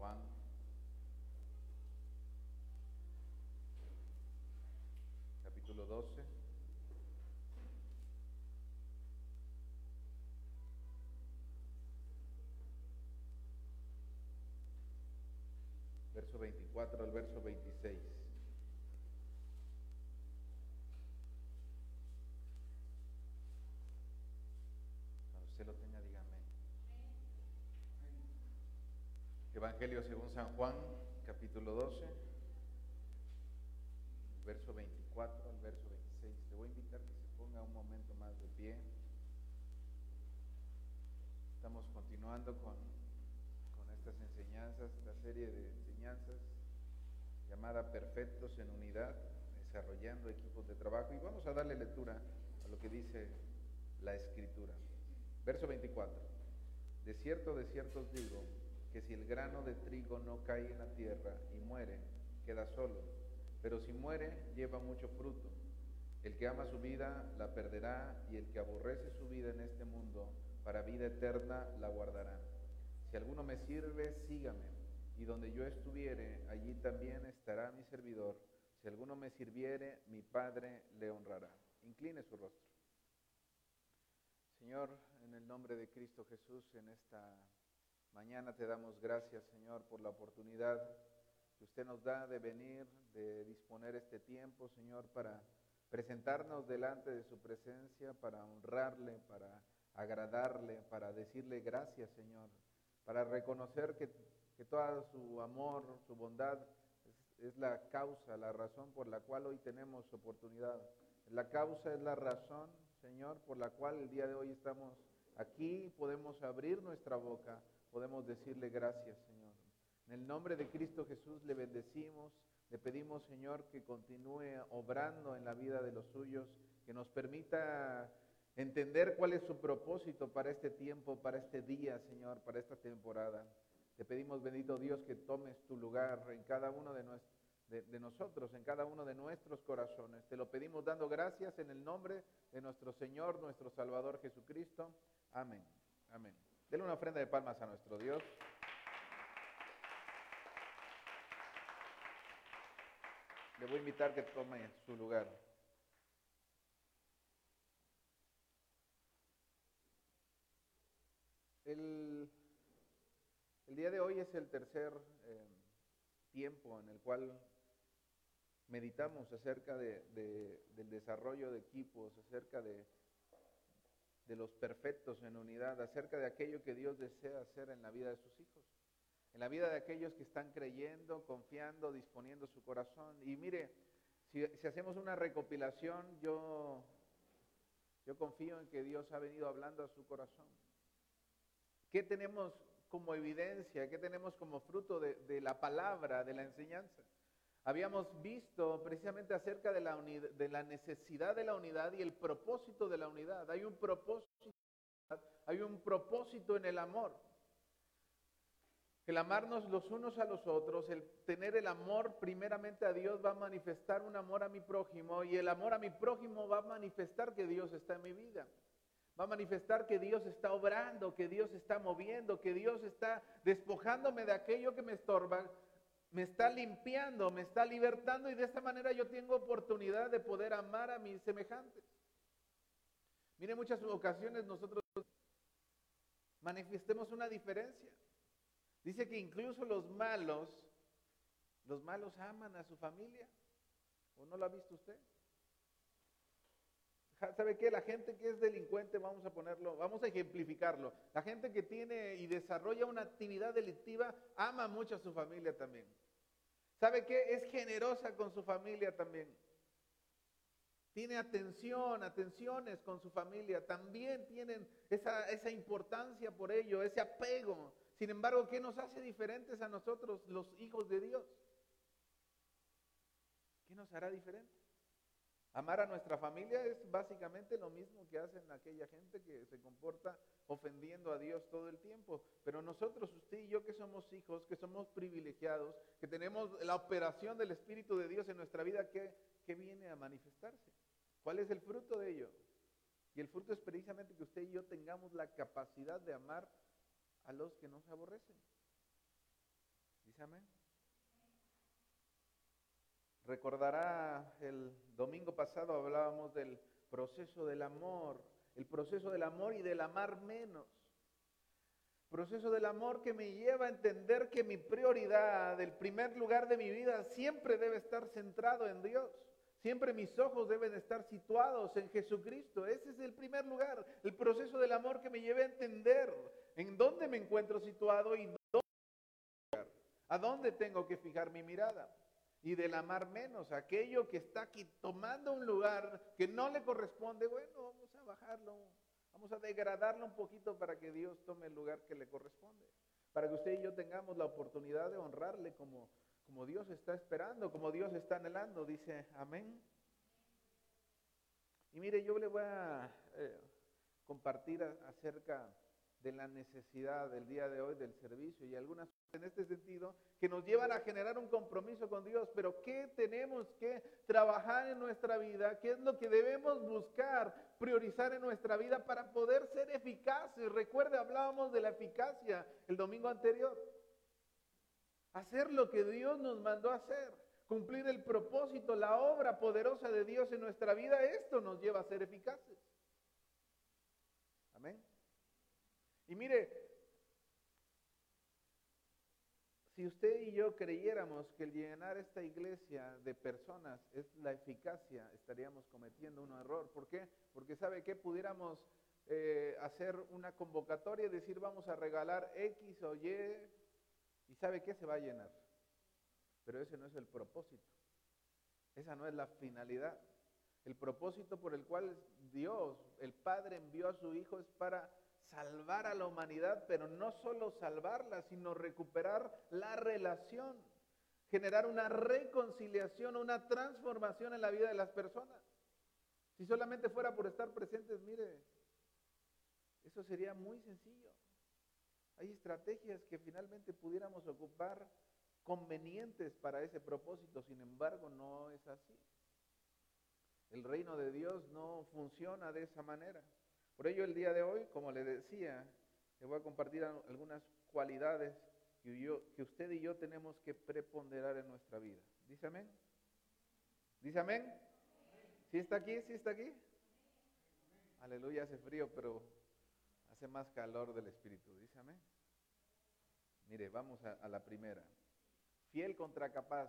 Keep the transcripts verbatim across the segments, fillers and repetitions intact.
Juan, capítulo doce. Verso veinticuatro al verso veintiséis. Cuando usted lo tenga, dígame. Evangelio según San Juan, capítulo doce, verso veinticuatro al verso veintiséis. Le voy a invitar que se ponga un momento más de pie. Estamos continuando con, con estas enseñanzas, esta serie de enseñanzas llamada Perfectos en Unidad, desarrollando equipos de trabajo, y vamos a darle lectura a lo que dice la Escritura. Verso veinticuatro. De cierto, de cierto os digo, que si el grano de trigo no cae en la tierra y muere, queda solo, pero si muere, lleva mucho fruto. El que ama su vida la perderá, y el que aborrece su vida en este mundo, para vida eterna la guardará. Si alguno me sirve, sígame, y donde yo estuviere, allí también estará mi servidor. Si alguno me sirviere, mi Padre le honrará. Incline su rostro. Señor, en el nombre de Cristo Jesús, en esta mañana te damos gracias, Señor, por la oportunidad que usted nos da de venir, de disponer este tiempo, Señor, para presentarnos delante de su presencia, para honrarle, para agradarle, para decirle gracias, Señor, para reconocer que, que todo su amor, su bondad es, es la causa, la razón por la cual hoy tenemos oportunidad. La causa es la razón, Señor, por la cual el día de hoy estamos aquí, podemos abrir nuestra boca, podemos decirle gracias, Señor. En el nombre de Cristo Jesús le bendecimos, le pedimos, Señor, que continúe obrando en la vida de los suyos, que nos permita entender cuál es su propósito para este tiempo, para este día, Señor, para esta temporada. Te pedimos, bendito Dios, que tomes tu lugar en cada uno de, nuestros, de, de nosotros, en cada uno de nuestros corazones. Te lo pedimos dando gracias en el nombre de nuestro Señor, nuestro Salvador Jesucristo. Amén. Amén. Denle una ofrenda de palmas a nuestro Dios. Le voy a invitar que tome su lugar. El, el día de hoy es el tercer eh, tiempo en el cual meditamos acerca de, de, del desarrollo de equipos, acerca de, de los perfectos en unidad, acerca de aquello que Dios desea hacer en la vida de sus hijos, en la vida de aquellos que están creyendo, confiando, disponiendo su corazón. Y mire, si, si hacemos una recopilación, yo, yo confío en que Dios ha venido hablando a su corazón. ¿Qué tenemos como evidencia? ¿Qué tenemos como fruto de, de la palabra, de la enseñanza? Habíamos visto precisamente acerca de la, unidad, de la necesidad de la unidad y el propósito de la unidad. Hay un propósito, hay un propósito en el amor. El amarnos los unos a los otros, el tener el amor primeramente a Dios va a manifestar un amor a mi prójimo, y el amor a mi prójimo va a manifestar que Dios está en mi vida. Va a manifestar que Dios está obrando, que Dios está moviendo, que Dios está despojándome de aquello que me estorba, me está limpiando, me está libertando, y de esta manera yo tengo oportunidad de poder amar a mis semejantes. Mire, muchas ocasiones nosotros manifestemos una diferencia. Dice que incluso los malos, los malos aman a su familia. ¿O no lo ha visto usted? ¿Sabe qué? La gente que es delincuente, vamos a ponerlo, vamos a ejemplificarlo. La gente que tiene y desarrolla una actividad delictiva ama mucho a su familia también. ¿Sabe qué? Es generosa con su familia también. Tiene atención, atenciones con su familia. También tienen esa, esa importancia por ello, ese apego. Sin embargo, ¿qué nos hace diferentes a nosotros, los hijos de Dios? ¿Qué nos hará diferentes? Amar a nuestra familia es básicamente lo mismo que hacen aquella gente que se comporta ofendiendo a Dios todo el tiempo. Pero nosotros, usted y yo, que somos hijos, que somos privilegiados, que tenemos la operación del Espíritu de Dios en nuestra vida, ¿qué, qué viene a manifestarse? ¿Cuál es el fruto de ello? Y el fruto es precisamente que usted y yo tengamos la capacidad de amar a los que nos aborrecen. Dice amén. Recordará, el domingo pasado hablábamos del proceso del amor, el proceso del amor y del amar menos. Proceso del amor que me lleva a entender que mi prioridad, el primer lugar de mi vida, siempre debe estar centrado en Dios. Siempre mis ojos deben estar situados en Jesucristo. Ese es el primer lugar, el proceso del amor que me lleva a entender en dónde me encuentro situado y dónde, a dónde tengo que fijar mi mirada. Y del amar menos, aquello que está aquí tomando un lugar que no le corresponde, bueno, vamos a bajarlo, vamos a degradarlo un poquito para que Dios tome el lugar que le corresponde. Para que usted y yo tengamos la oportunidad de honrarle como, como Dios está esperando, como Dios está anhelando, dice amén. Y mire, yo le voy a eh, compartir a, acerca de la necesidad del día de hoy del servicio y algunas en este sentido que nos llevan a generar un compromiso con Dios. Pero ¿qué tenemos que trabajar en nuestra vida? ¿Qué es lo que debemos buscar, priorizar en nuestra vida para poder ser eficaces? Recuerde, hablábamos de la eficacia el domingo anterior. Hacer lo que Dios nos mandó a hacer, cumplir el propósito, la obra poderosa de Dios en nuestra vida, esto nos lleva a ser eficaces. Amén. Y mire, si usted y yo creyéramos que el llenar esta iglesia de personas es la eficacia, estaríamos cometiendo un error. ¿Por qué? Porque ¿sabe qué? Pudiéramos eh, hacer una convocatoria y decir vamos a regalar X o Y, y ¿sabe qué? Se va a llenar. Pero ese no es el propósito. Esa no es la finalidad. El propósito por el cual Dios, el Padre, envió a su Hijo es para salvar a la humanidad, pero no solo salvarla, sino recuperar la relación, generar una reconciliación, una transformación en la vida de las personas. Si solamente fuera por estar presentes, mire, eso sería muy sencillo. Hay estrategias que finalmente pudiéramos ocupar convenientes para ese propósito, sin embargo, no es así. El reino de Dios no funciona de esa manera. Por ello, el día de hoy, como le decía, le voy a compartir algunas cualidades que, yo, que usted y yo tenemos que preponderar en nuestra vida. ¿Dice amén? ¿Dice amén? ¿Sí está aquí? ¿Sí está aquí? Aleluya, hace frío, pero hace más calor del Espíritu. ¿Dice amén? Mire, vamos a, a la primera. Fiel contra capaz.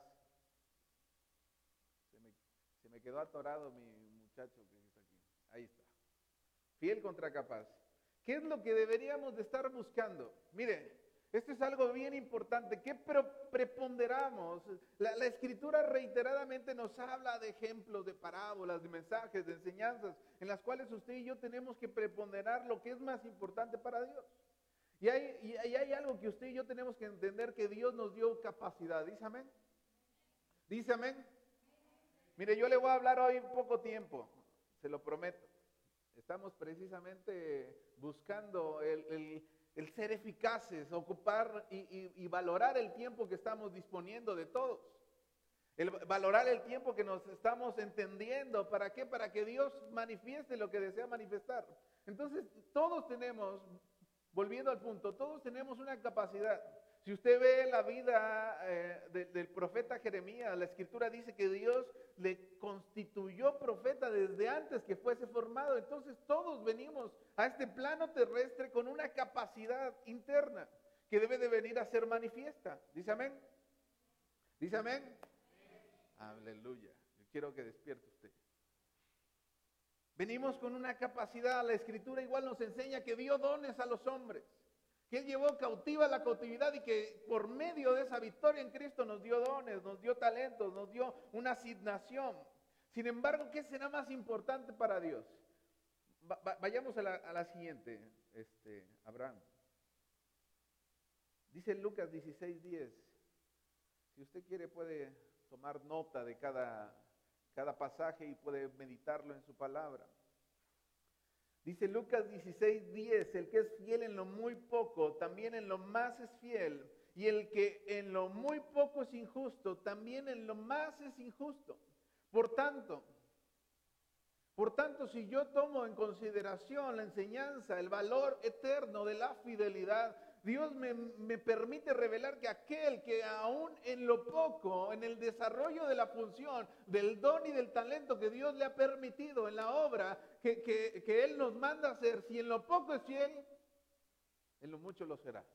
Se me, se me quedó atorado mi muchacho que está aquí. Ahí está. Fiel contra capaz. ¿Qué es lo que deberíamos de estar buscando? Mire, esto es algo bien importante. ¿Qué preponderamos? La, la Escritura reiteradamente nos habla de ejemplos, de parábolas, de mensajes, de enseñanzas, en las cuales usted y yo tenemos que preponderar lo que es más importante para Dios. Y hay, y hay algo que usted y yo tenemos que entender, que Dios nos dio capacidad. ¿Dice amén? ¿Dice amén? Mire, yo le voy a hablar hoy poco tiempo, se lo prometo. Estamos precisamente buscando el, el, el ser eficaces, ocupar y, y, y valorar el tiempo que estamos disponiendo de todos. El valorar el tiempo que nos estamos entendiendo. ¿Para qué? Para que Dios manifieste lo que desea manifestar. Entonces, todos tenemos, volviendo al punto, todos tenemos una capacidad. Si usted ve la vida eh, de, del profeta Jeremías, la Escritura dice que Dios le constituyó profeta desde antes que fuese formado. Entonces todos venimos a este plano terrestre con una capacidad interna que debe de venir a ser manifiesta. ¿Dice amén? ¿Dice amén? Aleluya. Yo quiero que despierte usted. Venimos con una capacidad. La Escritura igual nos enseña que dio dones a los hombres, que Él llevó cautiva la cautividad y que por medio de esa victoria en Cristo nos dio dones, nos dio talentos, nos dio una asignación. Sin embargo, ¿qué será más importante para Dios? Va, va, vayamos a la, a la siguiente, este, Abraham. Dice Lucas dieciséis diez. Si usted quiere puede tomar nota de cada, cada pasaje y puede meditarlo en su palabra. Dice Lucas dieciséis diez, el que es fiel en lo muy poco, también en lo más es fiel. Y el que en lo muy poco es injusto, también en lo más es injusto. Por tanto, por tanto, si yo tomo en consideración la enseñanza, el valor eterno de la fidelidad, Dios me, me permite revelar que aquel que aún en lo poco, en el desarrollo de la función, del don y del talento que Dios le ha permitido en la obra que, que, que Él nos manda hacer, si en lo poco es fiel, en lo mucho lo será.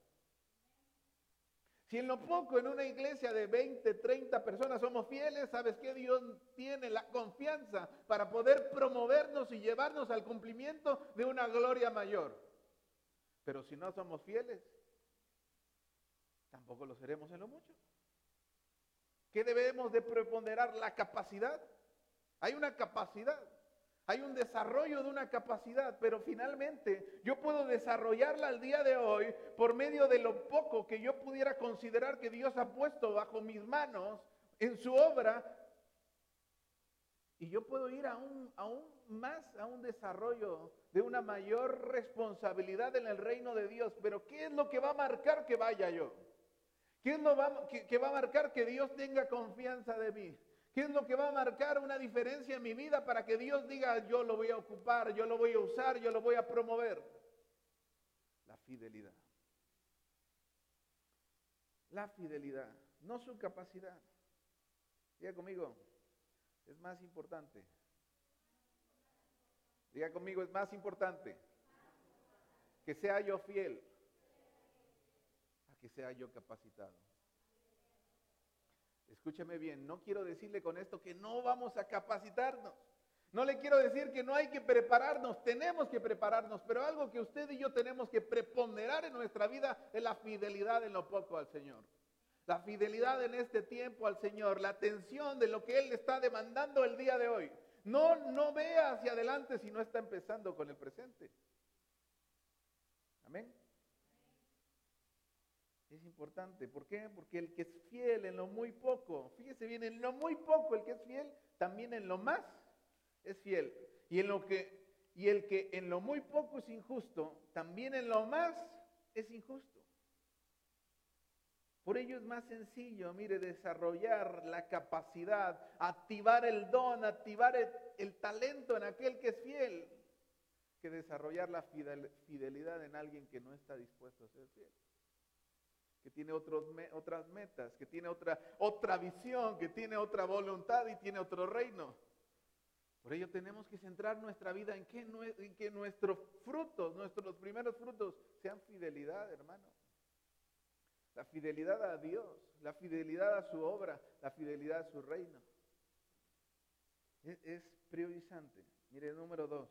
Si en lo poco en una iglesia de veinte, treinta personas somos fieles, ¿sabes qué? Dios tiene la confianza para poder promovernos y llevarnos al cumplimiento de una gloria mayor. Pero si no somos fieles, tampoco lo seremos en lo mucho. ¿Qué debemos de preponderar? La capacidad. Hay una capacidad. Hay un desarrollo de una capacidad, pero finalmente yo puedo desarrollarla al día de hoy por medio de lo poco que yo pudiera considerar que Dios ha puesto bajo mis manos en su obra. Y yo puedo ir aún, aún más a un desarrollo de una mayor responsabilidad en el reino de Dios. Pero ¿qué es lo que va a marcar que vaya yo? ¿Qué es lo va, que, que va a marcar que Dios tenga confianza de mí? ¿Qué es lo que va a marcar una diferencia en mi vida para que Dios diga, yo lo voy a ocupar, yo lo voy a usar, yo lo voy a promover? La fidelidad. La fidelidad, no su capacidad. Diga conmigo, es más importante. Diga conmigo, es más importante que sea yo fiel a que sea yo capacitado. Escúcheme bien, no quiero decirle con esto que no vamos a capacitarnos. No le quiero decir que no hay que prepararnos, tenemos que prepararnos, pero algo que usted y yo tenemos que preponderar en nuestra vida es la fidelidad en lo poco al Señor. La fidelidad en este tiempo al Señor, la atención de lo que Él le está demandando el día de hoy. No, no vea hacia adelante si no está empezando con el presente. Amén. Es importante, ¿por qué? Porque el que es fiel en lo muy poco, fíjese bien, en lo muy poco el que es fiel, también en lo más es fiel. Y en lo que y el que en lo muy poco es injusto, también en lo más es injusto. Por ello es más sencillo, mire, desarrollar la capacidad, activar el don, activar el, el talento en aquel que es fiel, que desarrollar la fidelidad en alguien que no está dispuesto a ser fiel, que tiene otros, otras metas, que tiene otra, otra visión, que tiene otra voluntad y tiene otro reino. Por ello tenemos que centrar nuestra vida en que, en que nuestros frutos, nuestros primeros frutos sean fidelidad, hermano. La fidelidad a Dios, la fidelidad a su obra, la fidelidad a su reino. Es, es priorizante. Mire, número dos.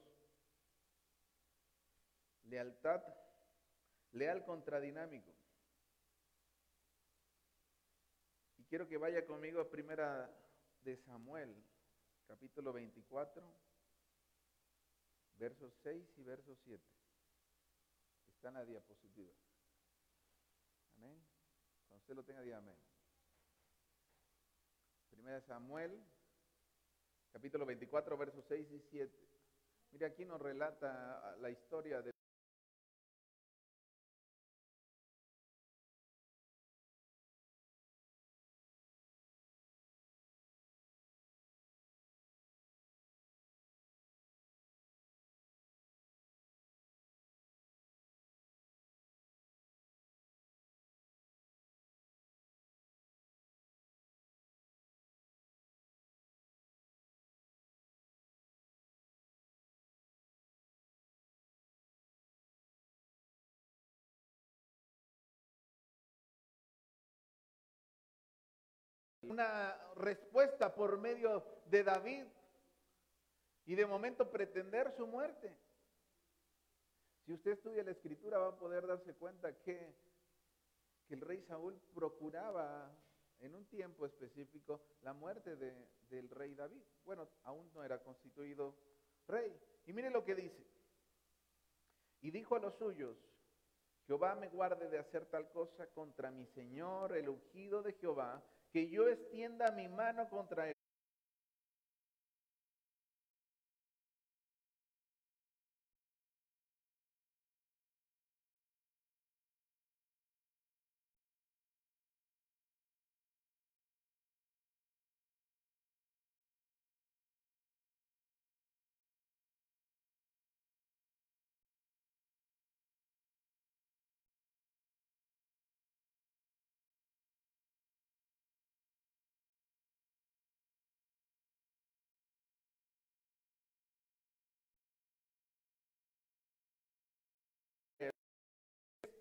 Lealtad, leal contra dinámico. Y quiero que vaya conmigo a primera de Samuel, capítulo veinticuatro, versos seis y versos siete. Está en la diapositiva. Amén. Cuando usted lo tenga, diga amén. Primera de Samuel, capítulo veinticuatro, versos seis y siete. Mire, aquí nos relata la historia de una respuesta por medio de David y de momento pretender su muerte. Si usted estudia la escritura va a poder darse cuenta que, que el rey Saúl procuraba en un tiempo específico la muerte de, del rey David. Bueno, aún no era constituido rey. Y mire lo que dice. Y dijo a los suyos, Jehová me guarde de hacer tal cosa contra mi Señor, el ungido de Jehová, que yo extienda mi mano contra él.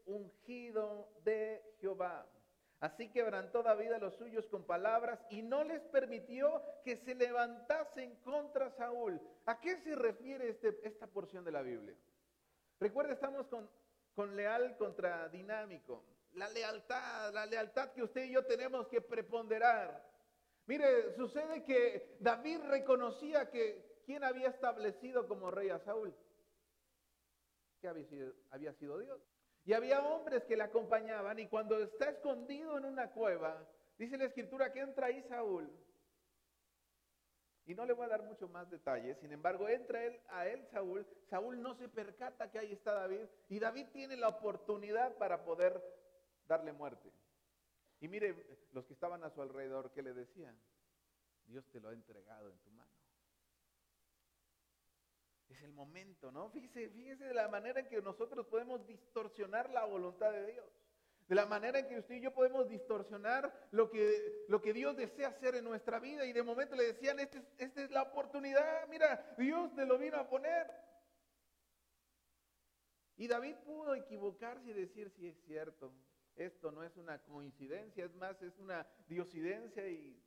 ungido de Jehová. Así quebrantó David a los suyos con palabras y no les permitió que se levantasen contra Saúl. ¿A qué se refiere este, esta porción de la Biblia? Recuerda, estamos con, con leal contra dinámico. La lealtad, la lealtad que usted y yo tenemos que preponderar. Mire, sucede que David reconocía que ¿quién había establecido como rey a Saúl? Que había sido, había sido Dios. Y había hombres que le acompañaban, y cuando está escondido en una cueva, dice la escritura que entra ahí Saúl. Y no le voy a dar mucho más detalles, sin embargo, entra él, a él Saúl, Saúl no se percata que ahí está David, y David tiene la oportunidad para poder darle muerte. Y mire, los que estaban a su alrededor, ¿qué le decían? Dios te lo ha entregado en tu mano. Es el momento, ¿no? Fíjese, fíjese de la manera en que nosotros podemos distorsionar la voluntad de Dios. De la manera en que usted y yo podemos distorsionar lo que, lo que Dios desea hacer en nuestra vida. Y de momento le decían, esta es, esta es la oportunidad, mira, Dios te lo vino a poner. Y David pudo equivocarse y decir, sí, es cierto, esto no es una coincidencia, es más, es una diosidencia y,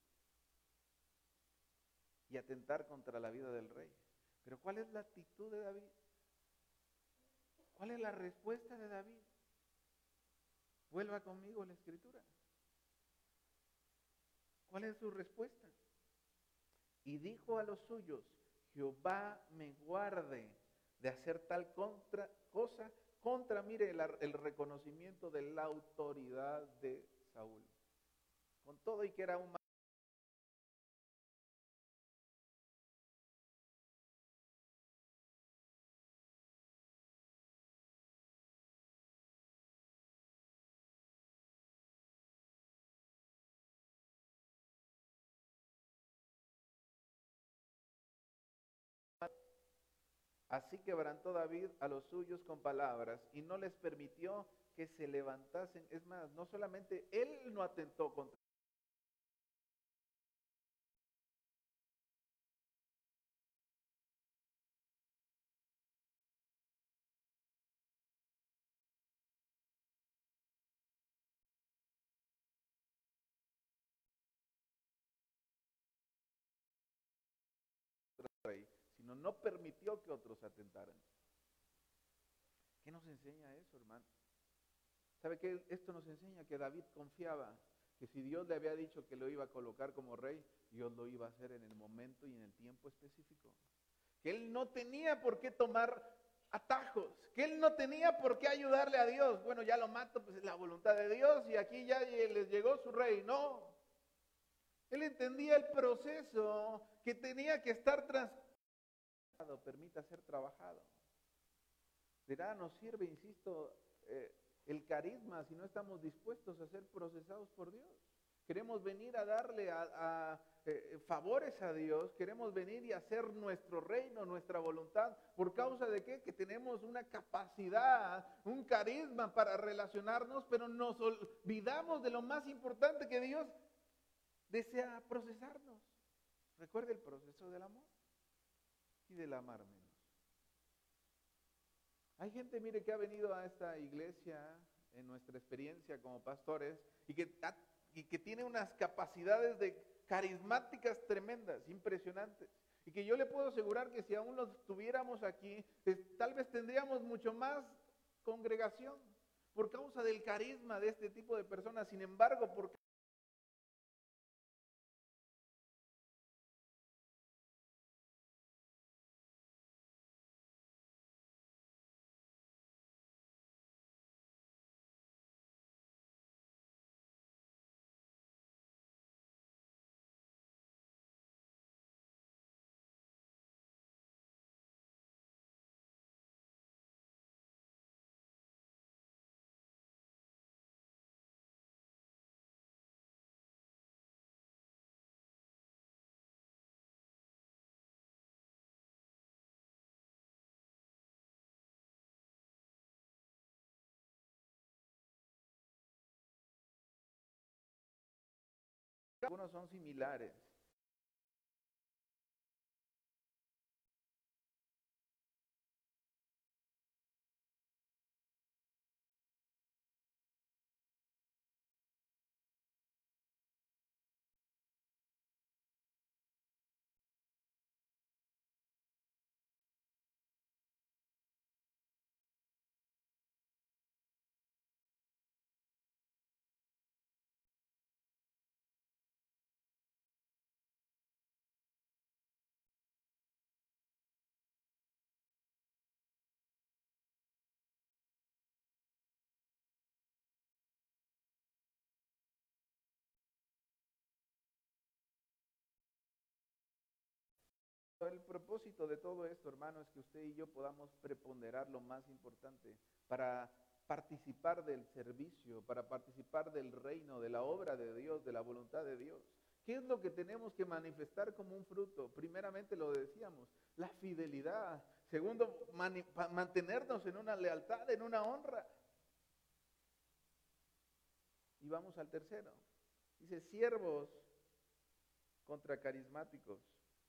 y atentar contra la vida del rey. Pero ¿cuál es la actitud de David? ¿Cuál es la respuesta de David? Vuelva conmigo a la escritura. ¿Cuál es su respuesta? Y dijo a los suyos, Jehová me guarde de hacer tal contra, cosa contra, mire, el, el reconocimiento de la autoridad de Saúl. Con todo y que era un Así quebrantó David a los suyos con palabras y no les permitió que se levantasen. Es más, no solamente él no atentó contra el rey, sino no permitió que otros atentaran. ¿Qué nos enseña eso, hermano? ¿Sabe qué? Esto nos enseña que David confiaba que si Dios le había dicho que lo iba a colocar como rey, Dios lo iba a hacer en el momento y en el tiempo específico. Que él no tenía por qué tomar atajos, que él no tenía por qué ayudarle a Dios. Bueno, ya lo mato, pues es la voluntad de Dios y aquí ya les llegó su rey. No, él entendía el proceso que tenía que estar transformado, permita ser trabajado. De nada nos sirve, insisto, eh, el carisma si no estamos dispuestos a ser procesados por Dios. Queremos venir a darle a, a eh, favores a Dios, queremos venir y hacer nuestro reino, nuestra voluntad. ¿Por causa de qué? Que tenemos una capacidad, un carisma para relacionarnos, pero nos olvidamos de lo más importante, que Dios desea procesarnos. Recuerde el proceso del amor y del amar menos. Hay gente, mire, que ha venido a esta iglesia en nuestra experiencia como pastores y que, y que tiene unas capacidades de carismáticas tremendas, impresionantes. Y que yo le puedo asegurar que si aún los tuviéramos aquí, pues, tal vez tendríamos mucho más congregación por causa del carisma de este tipo de personas. Sin embargo, por algunos son similares. el propósito de todo esto, hermano, es que usted y yo podamos preponderar lo más importante para participar del servicio, para participar del reino, de la obra de Dios, de la voluntad de Dios. ¿Qué es lo que tenemos que manifestar como un fruto? Primeramente lo decíamos, la fidelidad. Segundo, mantenernos en una lealtad, en una honra. Y vamos al tercero. Dice, siervos contra carismáticos.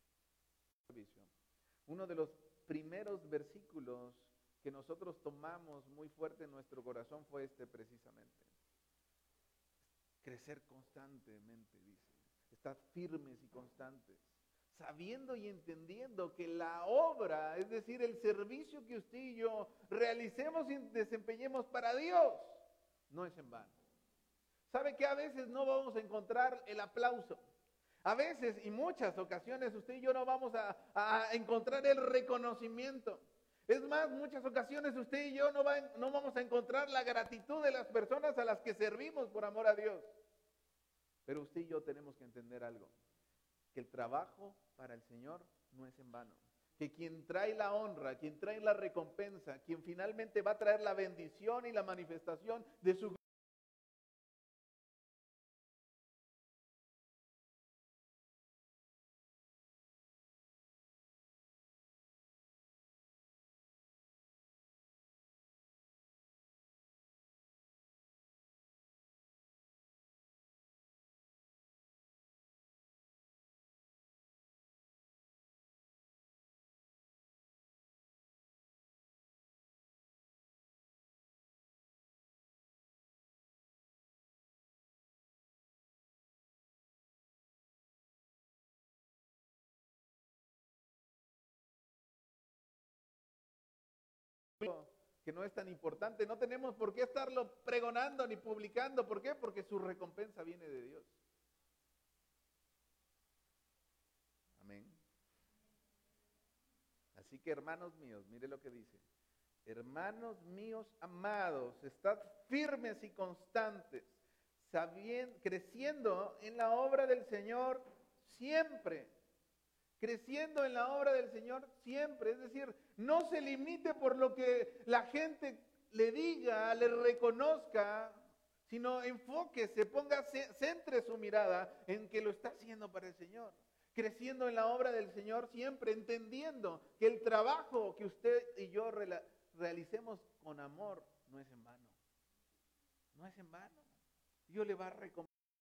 Uno de los primeros versículos que nosotros tomamos muy fuerte en nuestro corazón fue este precisamente. Crecer constantemente, dice. Estar firmes y constantes, sabiendo y entendiendo que la obra, es decir, el servicio que usted y yo realicemos y desempeñemos para Dios, no es en vano. ¿Sabe que a veces no vamos a encontrar el aplauso? A veces y muchas ocasiones usted y yo no vamos a, a encontrar el reconocimiento. Es más, muchas ocasiones usted y yo no, va, no vamos a encontrar la gratitud de las personas a las que servimos por amor a Dios. Pero usted y yo tenemos que entender algo, que el trabajo para el Señor no es en vano. Que quien trae la honra, quien trae la recompensa, quien finalmente va a traer la bendición y la manifestación de su que no es tan importante, no tenemos por qué estarlo pregonando ni publicando. ¿Por qué? Porque su recompensa viene de Dios. Amén. Así que, hermanos míos, mire lo que dice. Hermanos míos amados, estad firmes y constantes, sabiendo, creciendo en la obra del Señor siempre. Creciendo en la obra del Señor siempre. Es decir, no se limite por lo que la gente le diga, le reconozca, sino enfóquese, ponga, centre su mirada en que lo está haciendo para el Señor. Creciendo en la obra del Señor siempre, entendiendo que el trabajo que usted y yo realicemos con amor no es en vano. No es en vano. Dios le va a recompensar.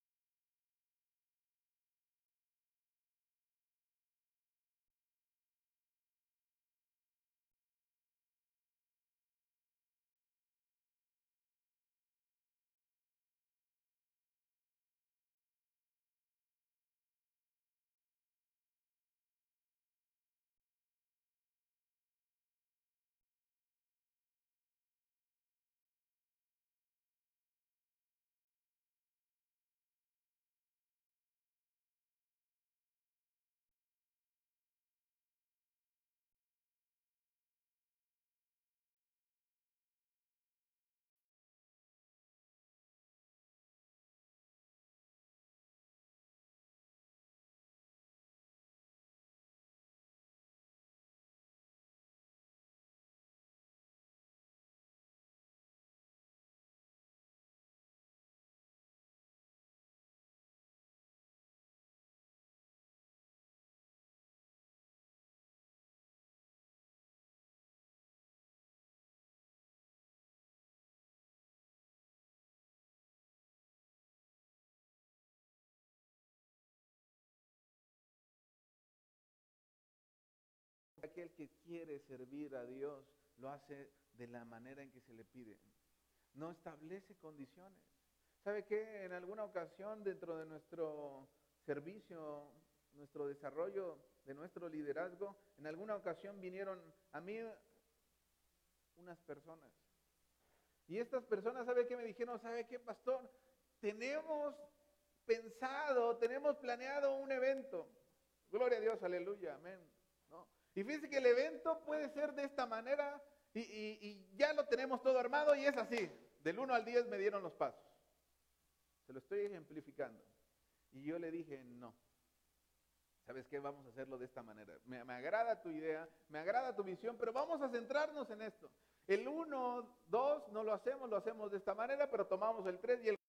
Aquel que quiere servir a Dios lo hace de la manera en que se le pide. No establece condiciones. ¿Sabe qué? En alguna ocasión dentro de nuestro servicio, nuestro desarrollo, de nuestro liderazgo, en alguna ocasión vinieron a mí unas personas. Y estas personas, ¿sabe qué me dijeron? ¿Sabe qué, pastor? Tenemos pensado, tenemos planeado un evento. Gloria a Dios, aleluya, amén. ¿No? Y fíjense que el evento puede ser de esta manera y, y, y ya lo tenemos todo armado y es así. Del uno al diez me dieron los pasos. Se lo estoy ejemplificando. Y yo le dije, no. ¿Sabes qué? Vamos a hacerlo de esta manera. Me, me agrada tu idea, me agrada tu visión, pero vamos a centrarnos en esto. El uno, dos, no lo hacemos, lo hacemos de esta manera, pero tomamos el tres y el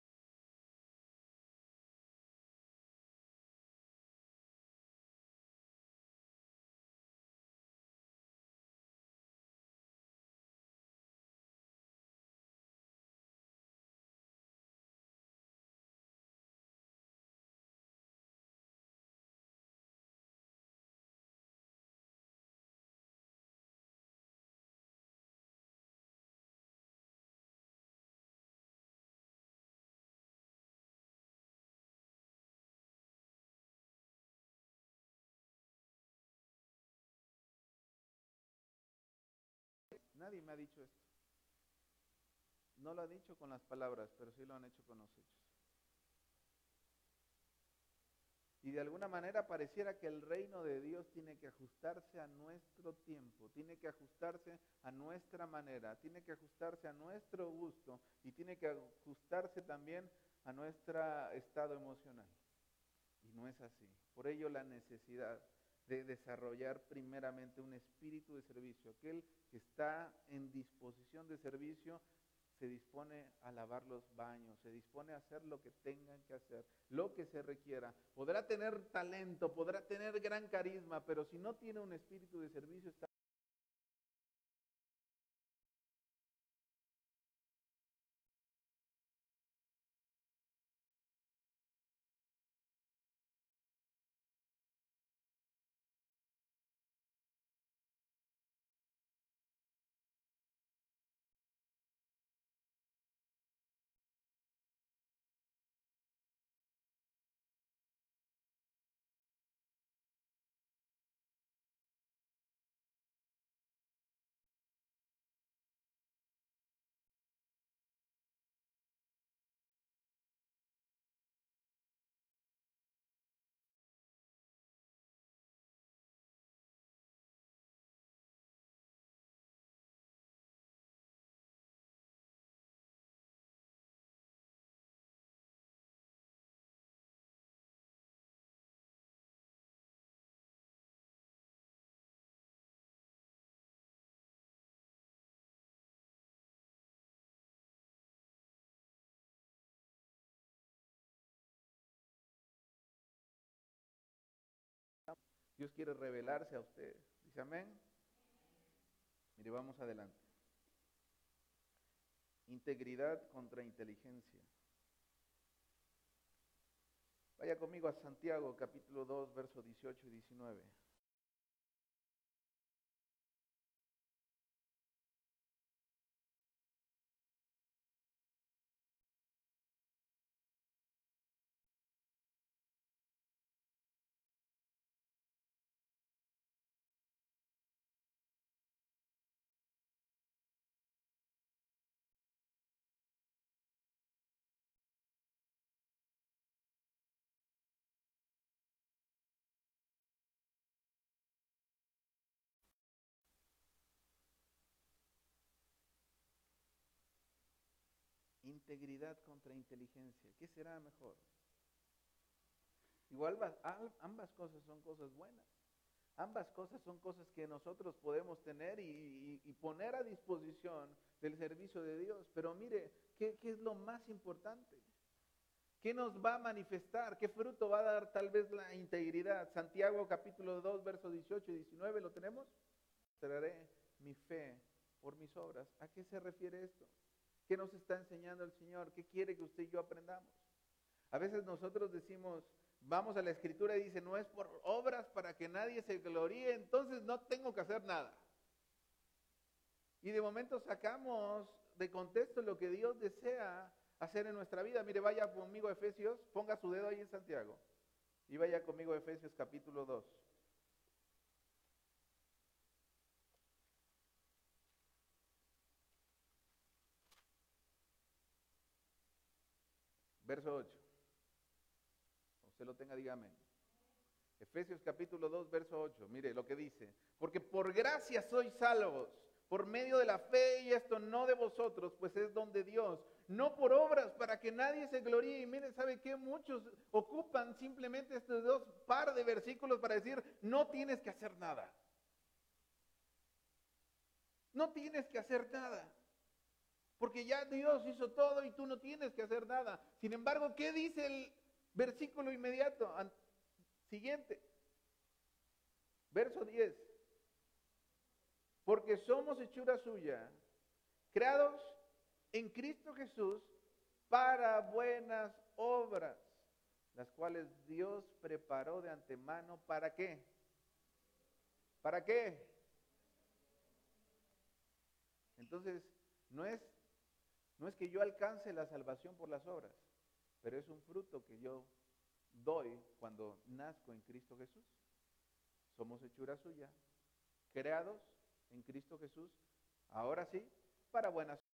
nadie me ha dicho esto. No lo ha dicho con las palabras, pero sí lo han hecho con los hechos. Y de alguna manera pareciera que el reino de Dios tiene que ajustarse a nuestro tiempo, tiene que ajustarse a nuestra manera, tiene que ajustarse a nuestro gusto y tiene que ajustarse también a nuestro estado emocional. Y no es así. Por ello la necesidad de desarrollar primeramente un espíritu de servicio. Aquel que está en disposición de servicio se dispone a lavar los baños, se dispone a hacer lo que tengan que hacer, lo que se requiera. Podrá tener talento, podrá tener gran carisma, pero si no tiene un espíritu de servicio, está Dios quiere revelarse a usted. Dice amén. Mire, vamos adelante. Integridad contra inteligencia. Vaya conmigo a Santiago, capítulo dos, versos dieciocho y diecinueve. Integridad contra inteligencia. ¿Qué será mejor? Igual ambas cosas son cosas buenas. Ambas cosas son cosas que nosotros podemos tener y, y, y poner a disposición del servicio de Dios. Pero mire, ¿qué, qué es lo más importante? ¿Qué nos va a manifestar? ¿Qué fruto va a dar tal vez la integridad? Santiago capítulo dos, versos dieciocho y diecinueve, ¿lo tenemos? Mostraré mi fe por mis obras. ¿A qué se refiere esto? ¿Qué nos está enseñando el Señor? ¿Qué quiere que usted y yo aprendamos? A veces nosotros decimos, vamos a la Escritura y dice, no es por obras para que nadie se gloríe, entonces no tengo que hacer nada. Y de momento sacamos de contexto lo que Dios desea hacer en nuestra vida. Mire, vaya conmigo a Efesios, ponga su dedo ahí en Santiago. Y vaya conmigo a Efesios capítulo dos. Verso ocho. Usted lo tenga, dígame. Efesios capítulo dos, verso ocho. Mire lo que dice. Porque por gracia sois salvos por medio de la fe, y esto no de vosotros, pues es don de Dios, no por obras, para que nadie se gloríe. Y miren, ¿sabe qué? Muchos ocupan simplemente estos dos par de versículos para decir, no tienes que hacer nada. No tienes que hacer nada. Porque ya Dios hizo todo y tú no tienes que hacer nada. Sin embargo, ¿qué dice el versículo inmediato? Siguiente. Verso diez. Porque somos hechura suya, creados en Cristo Jesús para buenas obras, las cuales Dios preparó de antemano. ¿Para qué? ¿Para qué? Entonces, no es, no es que yo alcance la salvación por las obras, pero es un fruto que yo doy cuando nazco en Cristo Jesús. Somos hechura suya, creados en Cristo Jesús, ahora sí, para buenas obras.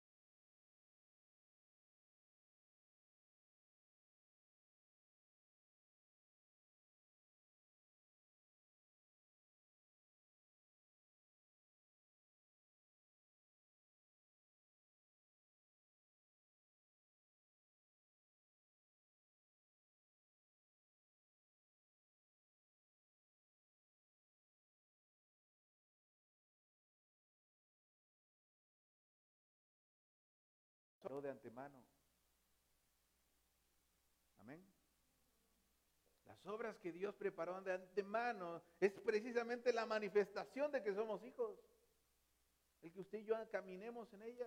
De antemano. Amén. Las obras que Dios preparó de antemano es precisamente la manifestación de que somos hijos. El que usted y yo caminemos en ella.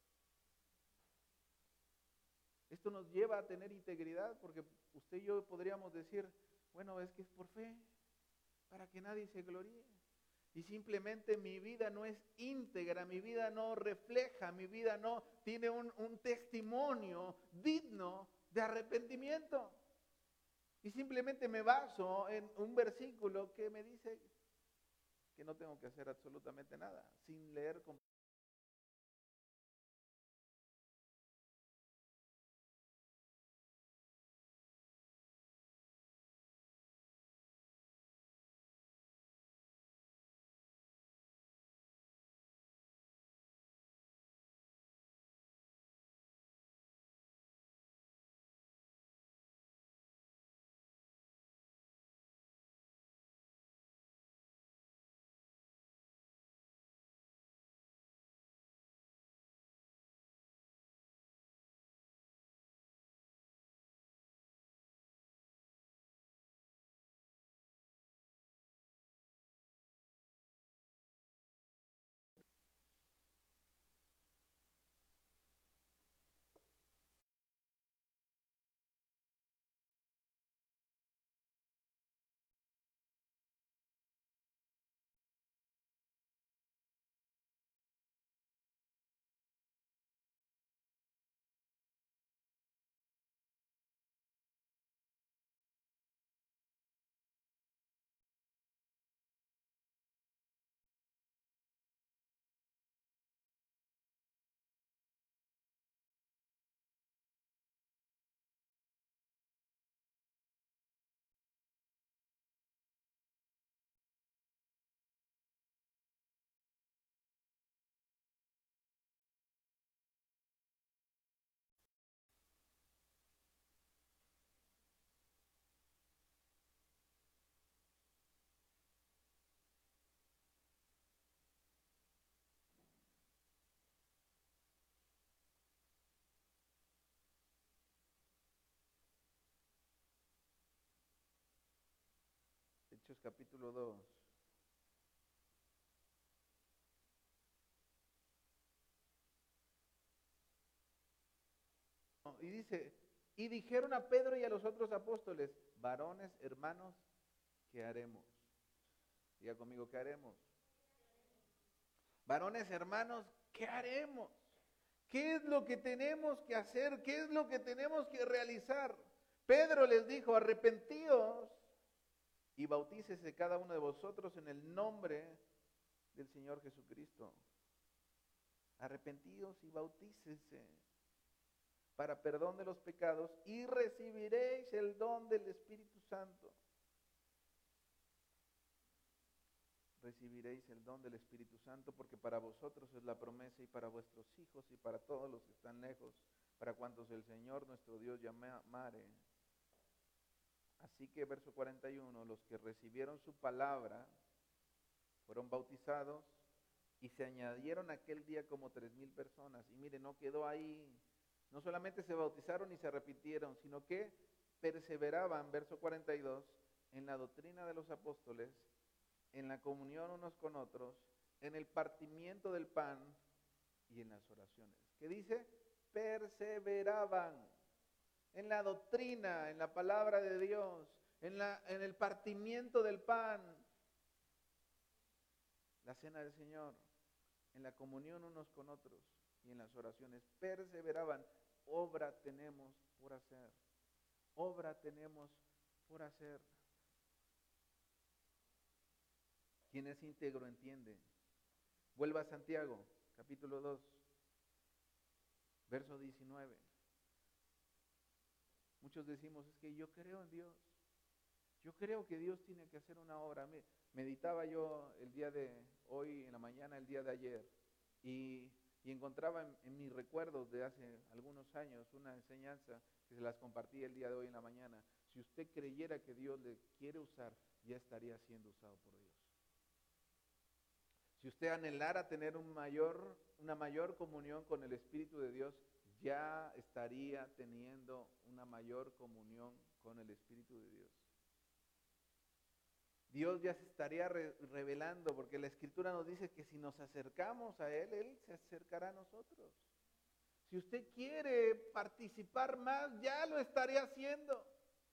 Esto nos lleva a tener integridad, porque usted y yo podríamos decir, bueno, es que es por fe, para que nadie se gloríe. Y simplemente mi vida no es íntegra, mi vida no refleja, mi vida no tiene un, un testimonio digno de arrepentimiento. Y simplemente me baso en un versículo que me dice que no tengo que hacer absolutamente nada, sin leer con Hechos capítulo dos. Y dice, y dijeron a Pedro y a los otros apóstoles, varones, hermanos, ¿qué haremos? Diga conmigo, ¿qué haremos? Varones, hermanos, ¿qué haremos? ¿Qué es lo que tenemos que hacer? ¿Qué es lo que tenemos que realizar? Pedro les dijo, arrepentíos y bautícese cada uno de vosotros en el nombre del Señor Jesucristo. Arrepentíos y bautícese para perdón de los pecados y recibiréis el don del Espíritu Santo. recibiréis el don del Espíritu Santo, porque para vosotros es la promesa y para vuestros hijos y para todos los que están lejos, para cuantos el Señor nuestro Dios llamare. Así que verso cuarenta y uno, los que recibieron su palabra fueron bautizados y se añadieron aquel día como tres mil personas. Y mire, no quedó ahí, no solamente se bautizaron y se arrepintieron, sino que perseveraban, verso cuarenta y dos, en la doctrina de los apóstoles, en la comunión unos con otros, en el partimiento del pan y en las oraciones. ¿Qué dice? Perseveraban en la doctrina, en la palabra de Dios, en, la, en el partimiento del pan, la cena del Señor, en la comunión unos con otros y en las oraciones. Perseveraban. Obra tenemos por hacer. Obra tenemos por hacer. Quien es íntegro entiende. Vuelva a Santiago, capítulo dos, verso diecinueve. Muchos decimos, es que yo creo en Dios. Yo creo que Dios tiene que hacer una obra. Meditaba yo el día de hoy, en la mañana, el día de ayer, y, y encontraba en, en mis recuerdos de hace algunos años una enseñanza que se las compartí el día de hoy en la mañana. Si usted creyera que Dios le quiere usar, ya estaría siendo usado por Dios. Si usted anhelara tener un mayor, una mayor comunión con el Espíritu de Dios, ya estaría teniendo una mayor comunión con el Espíritu de Dios. Dios ya se estaría re- revelando, porque la Escritura nos dice que si nos acercamos a Él, Él se acercará a nosotros. Si usted quiere participar más, ya lo estaría haciendo.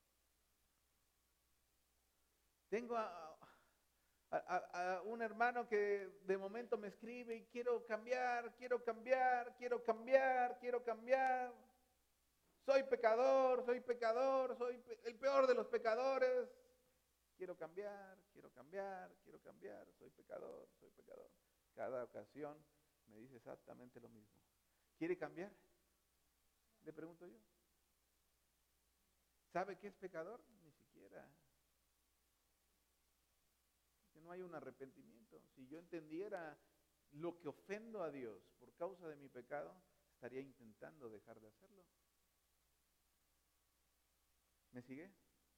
Tengo a, a, a, a un hermano que de momento me escribe y quiero cambiar, quiero cambiar, quiero cambiar, quiero cambiar. Soy pecador, soy pecador, soy pe- el peor de los pecadores. Quiero cambiar, quiero cambiar, quiero cambiar, soy pecador, soy pecador. Cada ocasión me dice exactamente lo mismo. ¿Quiere cambiar? Le pregunto yo. ¿Sabe qué es pecador? Ni siquiera. Que no hay un arrepentimiento. Si yo entendiera lo que ofendo a Dios por causa de mi pecado, estaría intentando dejar de hacerlo. ¿Me sigue?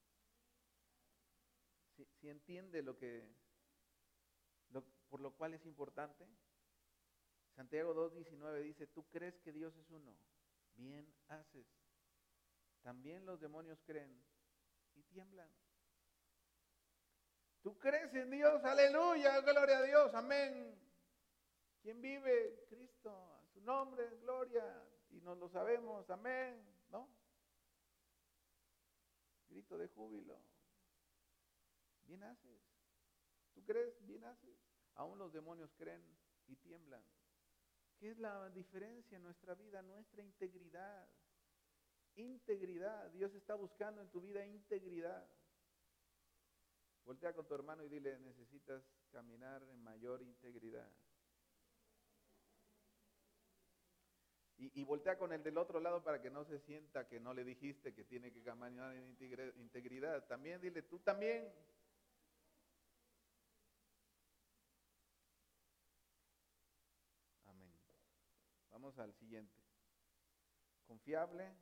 Si, si entiende lo que, lo, por lo cual es importante. Santiago dos diecinueve dice, ¿tú crees que Dios es uno? Bien haces. También los demonios creen y tiemblan. ¿Tú crees en Dios? Aleluya, gloria a Dios, amén. ¿Quién vive? Cristo, a su nombre, gloria. Y nos lo sabemos, amén, ¿no? Grito de júbilo. Bien haces. ¿Tú crees? Bien haces. Aún los demonios creen y tiemblan. ¿Qué es la diferencia en nuestra vida? Nuestra integridad. Integridad. Dios está buscando en tu vida integridad. Voltea con tu hermano y dile, necesitas caminar en mayor integridad. Y, y voltea con el del otro lado para que no se sienta que no le dijiste que tiene que caminar en integridad. También dile, tú también. Amén. Vamos al siguiente. Confiable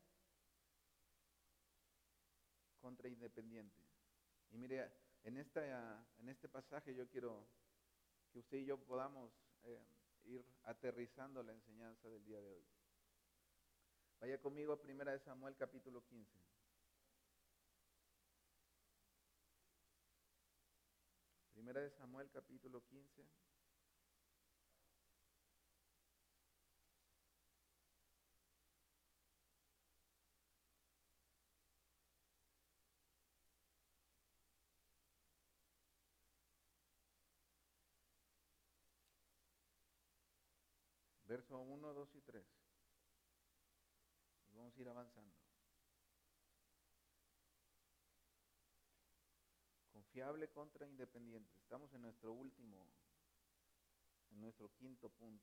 contra independiente. Y mire, en, esta, en este pasaje yo quiero que usted y yo podamos eh, ir aterrizando la enseñanza del día de hoy. Vaya conmigo a Primera de Samuel capítulo quince. Primera de Samuel capítulo quince. Verso uno, dos y tres. Y vamos a ir avanzando. Confiable contra independiente. Estamos en nuestro último, en nuestro quinto punto.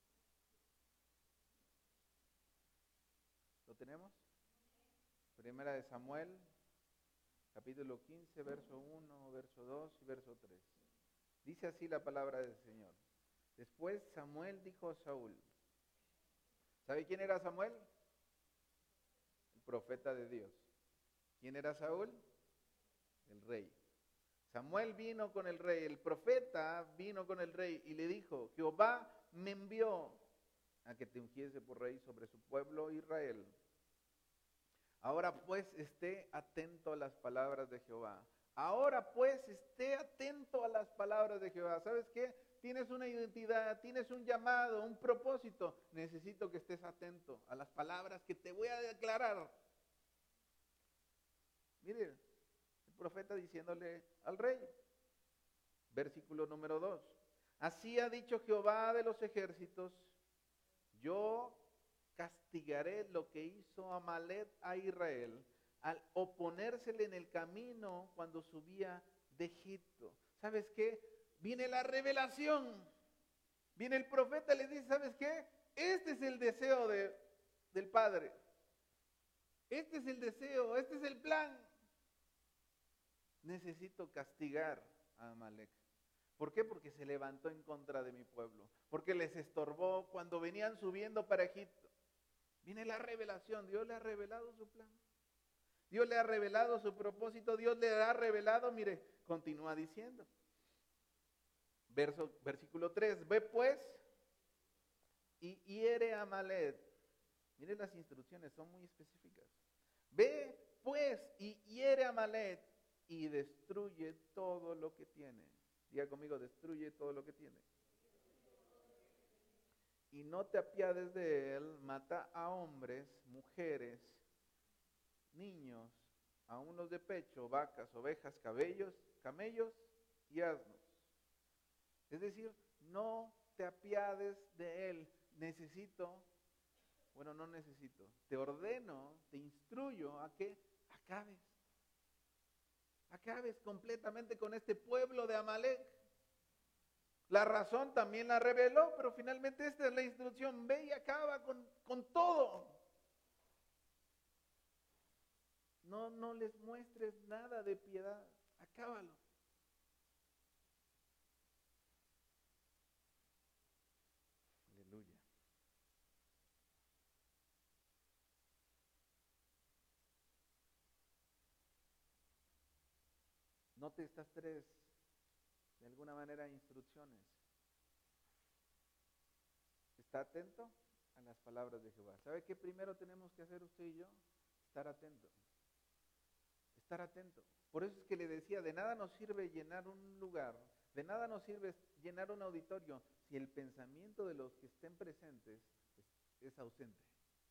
¿Lo tenemos? Primera de Samuel, capítulo quince, verso uno, verso dos y verso tres. Dice así la palabra del Señor. Después Samuel dijo a Saúl, ¿sabe quién era Samuel? El profeta de Dios. ¿Quién era Saúl? El rey. Samuel vino con el rey, el profeta vino con el rey y le dijo, Jehová me envió a que te ungiese por rey sobre su pueblo Israel. Ahora pues esté atento a las palabras de Jehová. Ahora pues esté atento a las palabras de Jehová. ¿Sabes qué? Tienes una identidad, tienes un llamado, un propósito. Necesito que estés atento a las palabras que te voy a declarar. Mire, el profeta diciéndole al rey, versículo número dos. Así ha dicho Jehová de los ejércitos, yo castigaré lo que hizo Amalek a Israel al oponérsele en el camino cuando subía de Egipto. ¿Sabes qué? Viene la revelación. Viene el profeta y le dice, ¿sabes qué? Este es el deseo de, del Padre. Este es el deseo, este es el plan. Necesito castigar a Amalek. ¿Por qué? Porque se levantó en contra de mi pueblo. Porque les estorbó cuando venían subiendo para Egipto. Viene la revelación. Dios le ha revelado su plan. Dios le ha revelado su propósito. Dios le ha revelado, mire, continúa diciendo. Verso, versículo tres. Ve pues y hiere a Amalek. Mire las instrucciones, son muy específicas. Ve pues y hiere a Amalek y destruye todo lo que tiene. Diga conmigo, destruye todo lo que tiene. Y no te apiades de él, mata a hombres, mujeres, niños, aun los de pecho, vacas, ovejas, cabellos, camellos y asnos. Es decir, no te apiades de él. Necesito, bueno, no necesito, te ordeno, te instruyo a que acabes. Acabes completamente con este pueblo de Amalek. La razón también la reveló, pero finalmente esta es la instrucción. Ve y acaba con, con todo. No, no les muestres nada de piedad. Acábalo. Aleluya. Note estas tres, de alguna manera, instrucciones. ¿Está atento a las palabras de Jehová? ¿Sabe qué primero tenemos que hacer usted y yo? Estar atento. Estar atento. Por eso es que le decía, de nada nos sirve llenar un lugar, de nada nos sirve llenar un auditorio si el pensamiento de los que estén presentes es, es ausente.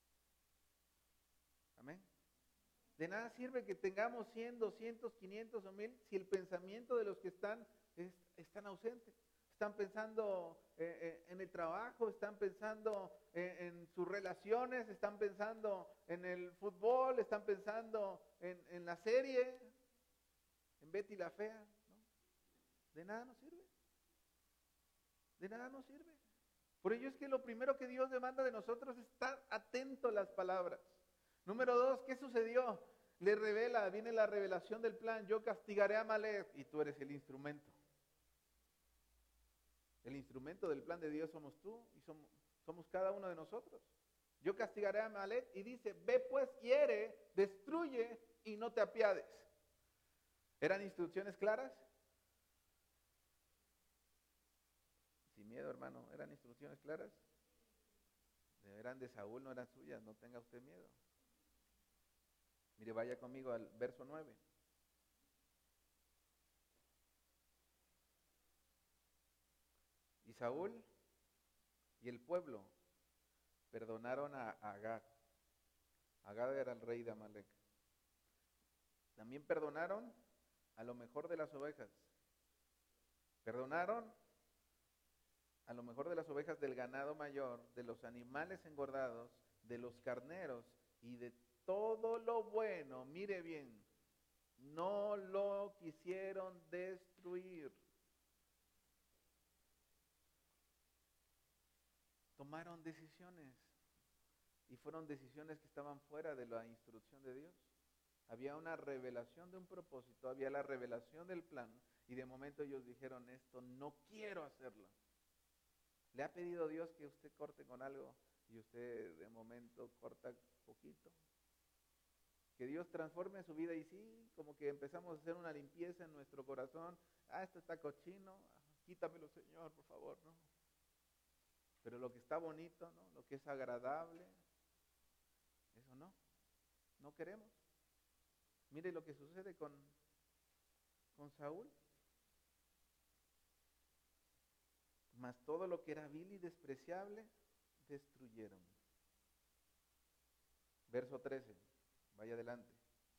Amén. De nada sirve que tengamos cien, doscientos, quinientos o mil si el pensamiento de los que están es, están ausentes. Están pensando eh, eh, en el trabajo, están pensando eh, en sus relaciones, están pensando en el fútbol, están pensando en, en la serie, en Betty la Fea, ¿no? De nada nos sirve. De nada nos sirve. Por ello es que lo primero que Dios demanda de nosotros es estar atento a las palabras. Número dos, ¿qué sucedió? Le revela, viene la revelación del plan. Yo castigaré a Amalek y tú eres el instrumento. El instrumento del plan de Dios somos tú y somos, somos cada uno de nosotros. Yo castigaré a Amalek y dice, ve pues, hiere, destruye y no te apiades. ¿Eran instrucciones claras? Sin miedo, hermano, ¿eran instrucciones claras? Eran de Saúl, no eran suyas, no tenga usted miedo. Mire, vaya conmigo al verso nueve. Y Saúl y el pueblo perdonaron a Agag. Agag era el rey de Amalek. También perdonaron a lo mejor de las ovejas. Perdonaron a lo mejor de las ovejas del ganado mayor, de los animales engordados, de los carneros y de todo lo bueno. Mire bien, no lo quisieron destruir. Tomaron decisiones y fueron decisiones que estaban fuera de la instrucción de Dios. Había una revelación de un propósito, había la revelación del plan Y de momento ellos dijeron, esto no quiero hacerlo. ¿Le ha pedido Dios que usted corte con algo y usted de momento corta poquito? Que Dios transforme su vida y sí, como que empezamos a hacer una limpieza en nuestro corazón. Ah, esto está cochino, quítamelo, Señor, por favor, ¿no? Pero lo que está bonito, ¿no? Lo que es agradable, eso no, no queremos. Mire lo que sucede con, con Saúl. Mas todo lo que era vil y despreciable, destruyeron. Verso trece, vaya adelante.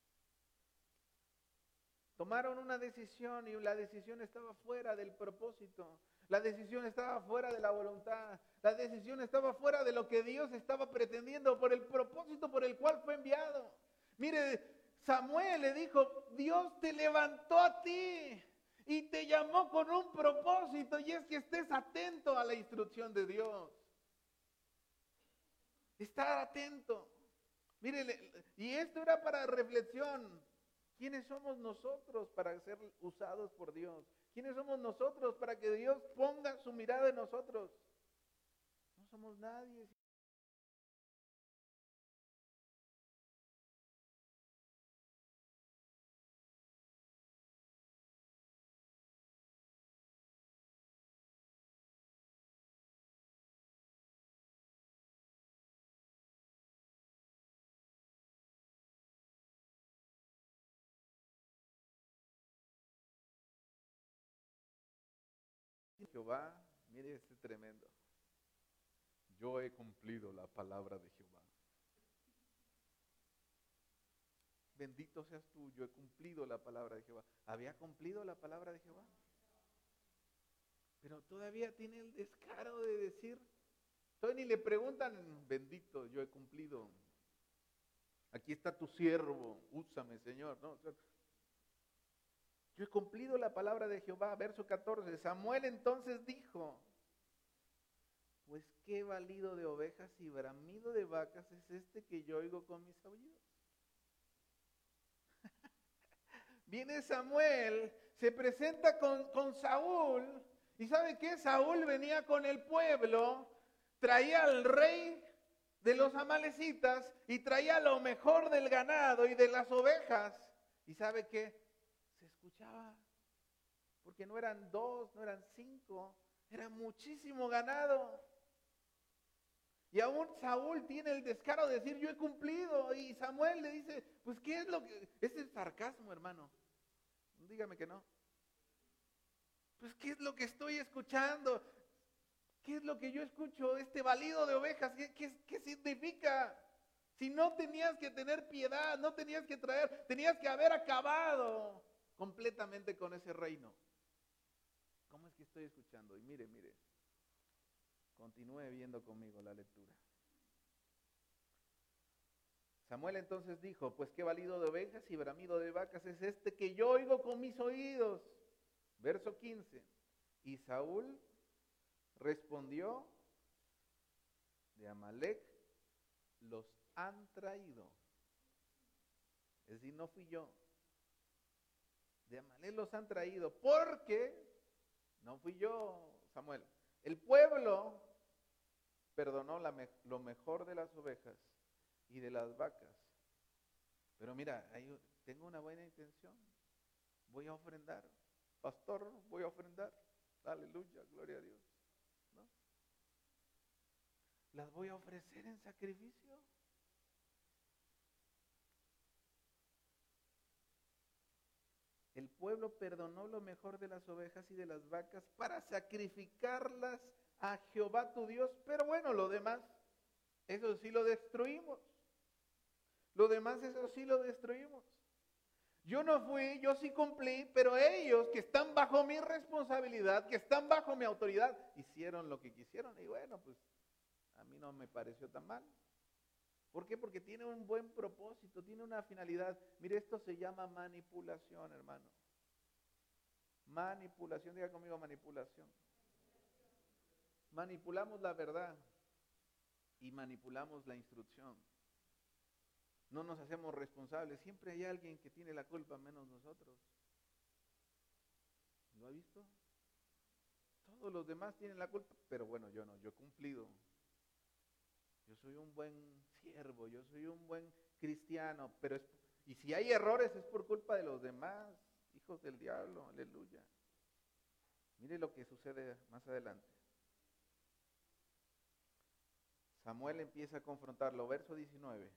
Tomaron una decisión y la decisión estaba fuera del propósito. La decisión estaba fuera de la voluntad. La decisión estaba fuera de lo que Dios estaba pretendiendo por el propósito por el cual fue enviado. Mire, Samuel le dijo, Dios te levantó a ti y te llamó con un propósito, y es que estés atento a la instrucción de Dios. Estar atento. Mire, y esto era para reflexión. ¿Quiénes somos nosotros para ser usados por Dios? ¿Quiénes somos nosotros para que Dios ponga su mirada en nosotros? No somos nadie. Jehová, mire este tremendo. Yo he cumplido la palabra de Jehová. Bendito seas tú, yo he cumplido la palabra de Jehová. ¿Había cumplido la palabra de Jehová? Pero todavía tiene el descaro de decir, todavía ni le preguntan, bendito, yo he cumplido. Aquí está tu siervo, úsame, Señor. No, yo he cumplido la palabra de Jehová. Verso catorce, Samuel entonces dijo, pues qué balido de ovejas y bramido de vacas es este que yo oigo con mis oídos. Viene Samuel, se presenta con, con Saúl, y ¿sabe qué? Saúl venía con el pueblo, traía al rey de los amalecitas y traía lo mejor del ganado y de las ovejas. ¿Y sabe qué? Se escuchaba, porque no eran dos, no eran cinco, era muchísimo ganado. Y aún Saúl tiene el descaro de decir, yo he cumplido. Y Samuel le dice, pues ¿qué es lo que...? Ese es sarcasmo, hermano. Dígame que no. Pues ¿qué es lo que estoy escuchando? ¿Qué es lo que yo escucho? Este balido de ovejas, ¿qué, qué, qué significa? Si no tenías que tener piedad, no tenías que traer, tenías que haber acabado completamente con ese reino. ¿Cómo es que estoy escuchando? Y mire, mire. Continúe viendo conmigo la lectura. Samuel entonces dijo, pues qué balido de ovejas y bramido de vacas es este que yo oigo con mis oídos. Verso quince. Y Saúl respondió, de Amalec los han traído. Es decir, no fui yo. De Amalec los han traído, porque no fui yo, Samuel. El pueblo perdonó la me- lo mejor de las ovejas y de las vacas. Pero mira, hay, tengo una buena intención. Voy a ofrendar. Pastor, voy a ofrendar. Aleluya, gloria a Dios. ¿No? Las voy a ofrecer en sacrificio. El pueblo perdonó lo mejor de las ovejas y de las vacas para sacrificarlas a Jehová tu Dios. Pero bueno, lo demás, eso sí lo destruimos. Lo demás, eso sí lo destruimos. Yo no fui, yo sí cumplí, pero ellos que están bajo mi responsabilidad, que están bajo mi autoridad, hicieron lo que quisieron. Y bueno, pues a mí no me pareció tan mal. ¿Por qué? Porque tiene un buen propósito, tiene una finalidad. Mire, esto se llama manipulación, hermano. Manipulación, diga conmigo manipulación. Manipulamos la verdad y manipulamos la instrucción. No nos hacemos responsables. Siempre hay alguien que tiene la culpa menos nosotros. ¿Lo ha visto? Todos los demás tienen la culpa, pero bueno, yo no, yo he cumplido. Yo soy un buen siervo, yo soy un buen cristiano, pero es, y si hay errores es por culpa de los demás, hijos del diablo, aleluya. Mire lo que sucede más adelante. Samuel empieza a confrontarlo, verso diecinueve.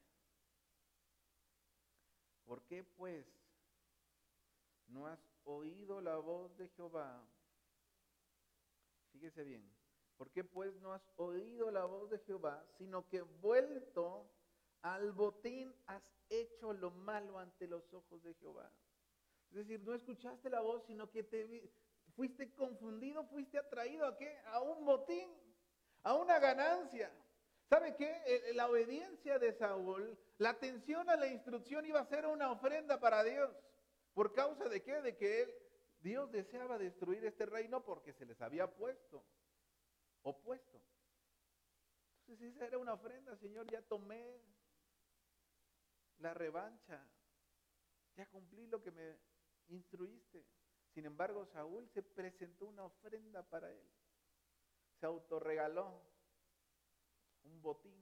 ¿Por qué pues no has oído la voz de Jehová? Fíjese bien. ¿Por qué pues no has oído la voz de Jehová, sino que vuelto al botín has hecho lo malo ante los ojos de Jehová? Es decir, no escuchaste la voz, sino que te fuiste confundido, fuiste atraído ¿a qué? A un botín, a una ganancia. ¿Sabe qué? La obediencia de Saúl, la atención a la instrucción iba a ser una ofrenda para Dios. ¿Por causa de qué? De que él, Dios deseaba destruir este reino porque se les había puesto, opuesto. Entonces esa era una ofrenda, Señor, ya tomé la revancha, ya cumplí lo que me instruiste. Sin embargo, Saúl se presentó una ofrenda para él. Se autorregaló un botín.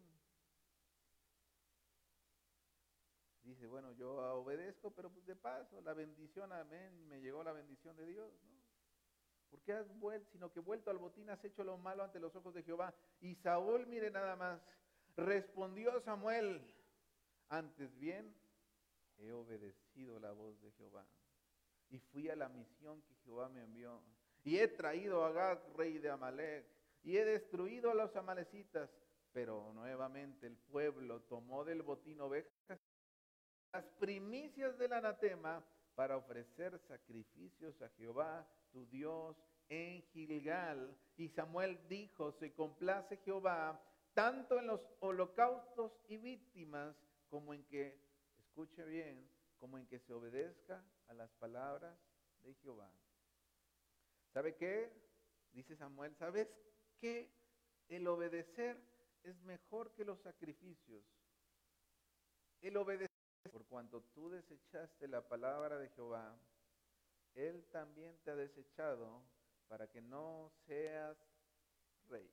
Dice, bueno, yo obedezco, pero pues de paso, la bendición, amén, me llegó la bendición de Dios, ¿no? ¿Por qué has vuelto? Sino que vuelto al botín has hecho lo malo ante los ojos de Jehová. Y Saúl, mire nada más, respondió Samuel, antes bien he obedecido la voz de Jehová y fui a la misión que Jehová me envió. Y he traído a Agag, rey de Amalek, y he destruido a los amalecitas. Pero nuevamente el pueblo tomó del botín ovejas, las primicias del anatema, para ofrecer sacrificios a Jehová, tu Dios, en Gilgal. Y Samuel dijo, se complace Jehová, tanto en los holocaustos y víctimas, como en que, escuche bien, como en que se obedezca a las palabras de Jehová. ¿Sabe qué? Dice Samuel, ¿sabes qué? El obedecer es mejor que los sacrificios. El obedecer, por cuanto tú desechaste la palabra de Jehová, Él también te ha desechado para que no seas rey.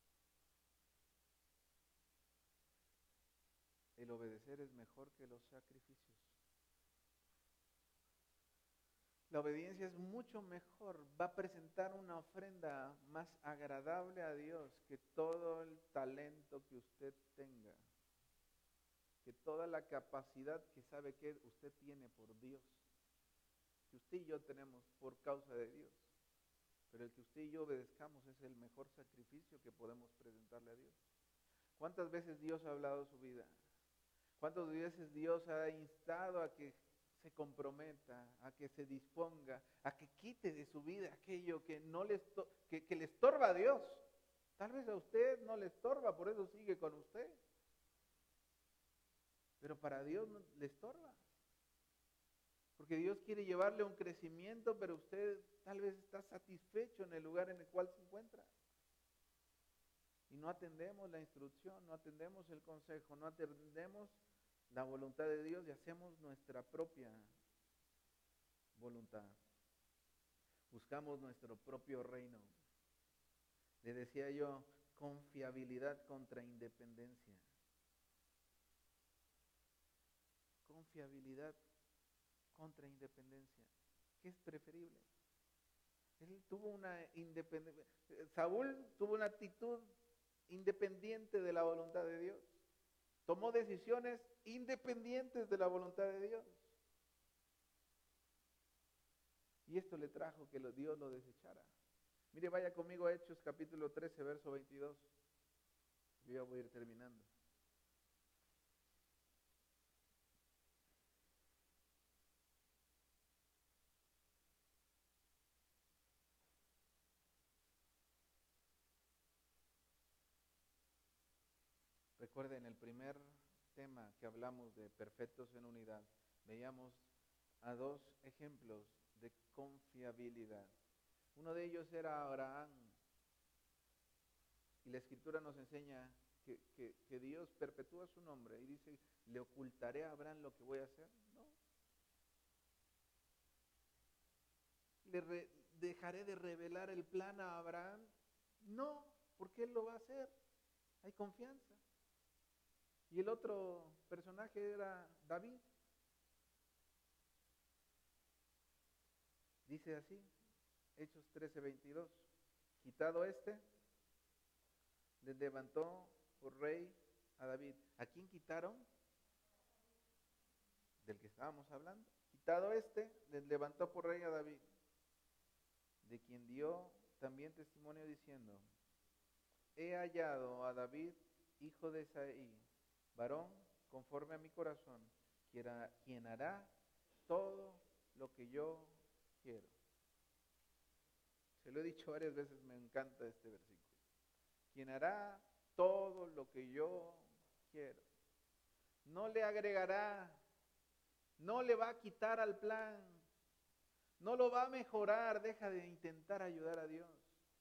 El obedecer es mejor que los sacrificios. La obediencia es mucho mejor, va a presentar una ofrenda más agradable a Dios que todo el talento que usted tenga, que toda la capacidad que sabe que usted tiene por Dios, que usted y yo tenemos por causa de Dios. Pero el que usted y yo obedezcamos es el mejor sacrificio que podemos presentarle a Dios. ¿Cuántas veces Dios ha hablado su vida? ¿Cuántas veces Dios ha instado a que se comprometa, a que se disponga, a que quite de su vida aquello que, no le, esto, que, que le estorba a Dios? Tal vez a usted no le estorba, por eso sigue con usted. Pero para Dios no le estorba. Porque Dios quiere llevarle a un crecimiento, pero usted tal vez está satisfecho en el lugar en el cual se encuentra. Y no atendemos la instrucción, no atendemos el consejo, no atendemos la voluntad de Dios y hacemos nuestra propia voluntad. Buscamos nuestro propio reino. Le decía yo, confiabilidad contra independencia. Confiabilidad contra independencia. ¿Qué es preferible? Él tuvo una independencia. Saúl tuvo una actitud independiente de la voluntad de Dios. Tomó decisiones independientes de la voluntad de Dios. Y esto le trajo que Dios lo desechara. Mire, vaya conmigo a Hechos capítulo trece, verso veintidós. Yo ya voy a ir terminando. Recuerden, el primer tema que hablamos de perfectos en unidad, veíamos a dos ejemplos de confiabilidad. Uno de ellos era Abraham. Y la Escritura nos enseña que, que, que Dios perpetúa su nombre y dice, ¿le ocultaré a Abraham lo que voy a hacer? No. Le re, dejaré de revelar el plan a Abraham? No, porque Él lo va a hacer. Hay confianza. Y el otro personaje era David. Dice así, Hechos trece, veintidós. Quitado este, les levantó por rey a David. ¿A quién quitaron? Del que estábamos hablando. Quitado este, les levantó por rey a David, de quien dio también testimonio diciendo: he hallado a David, hijo de Isaí, varón conforme a mi corazón, quien hará todo lo que yo quiero. Se lo he dicho varias veces, me encanta este versículo. Quien hará todo lo que yo quiero. No le agregará, no le va a quitar al plan, no lo va a mejorar. Deja de intentar ayudar a Dios.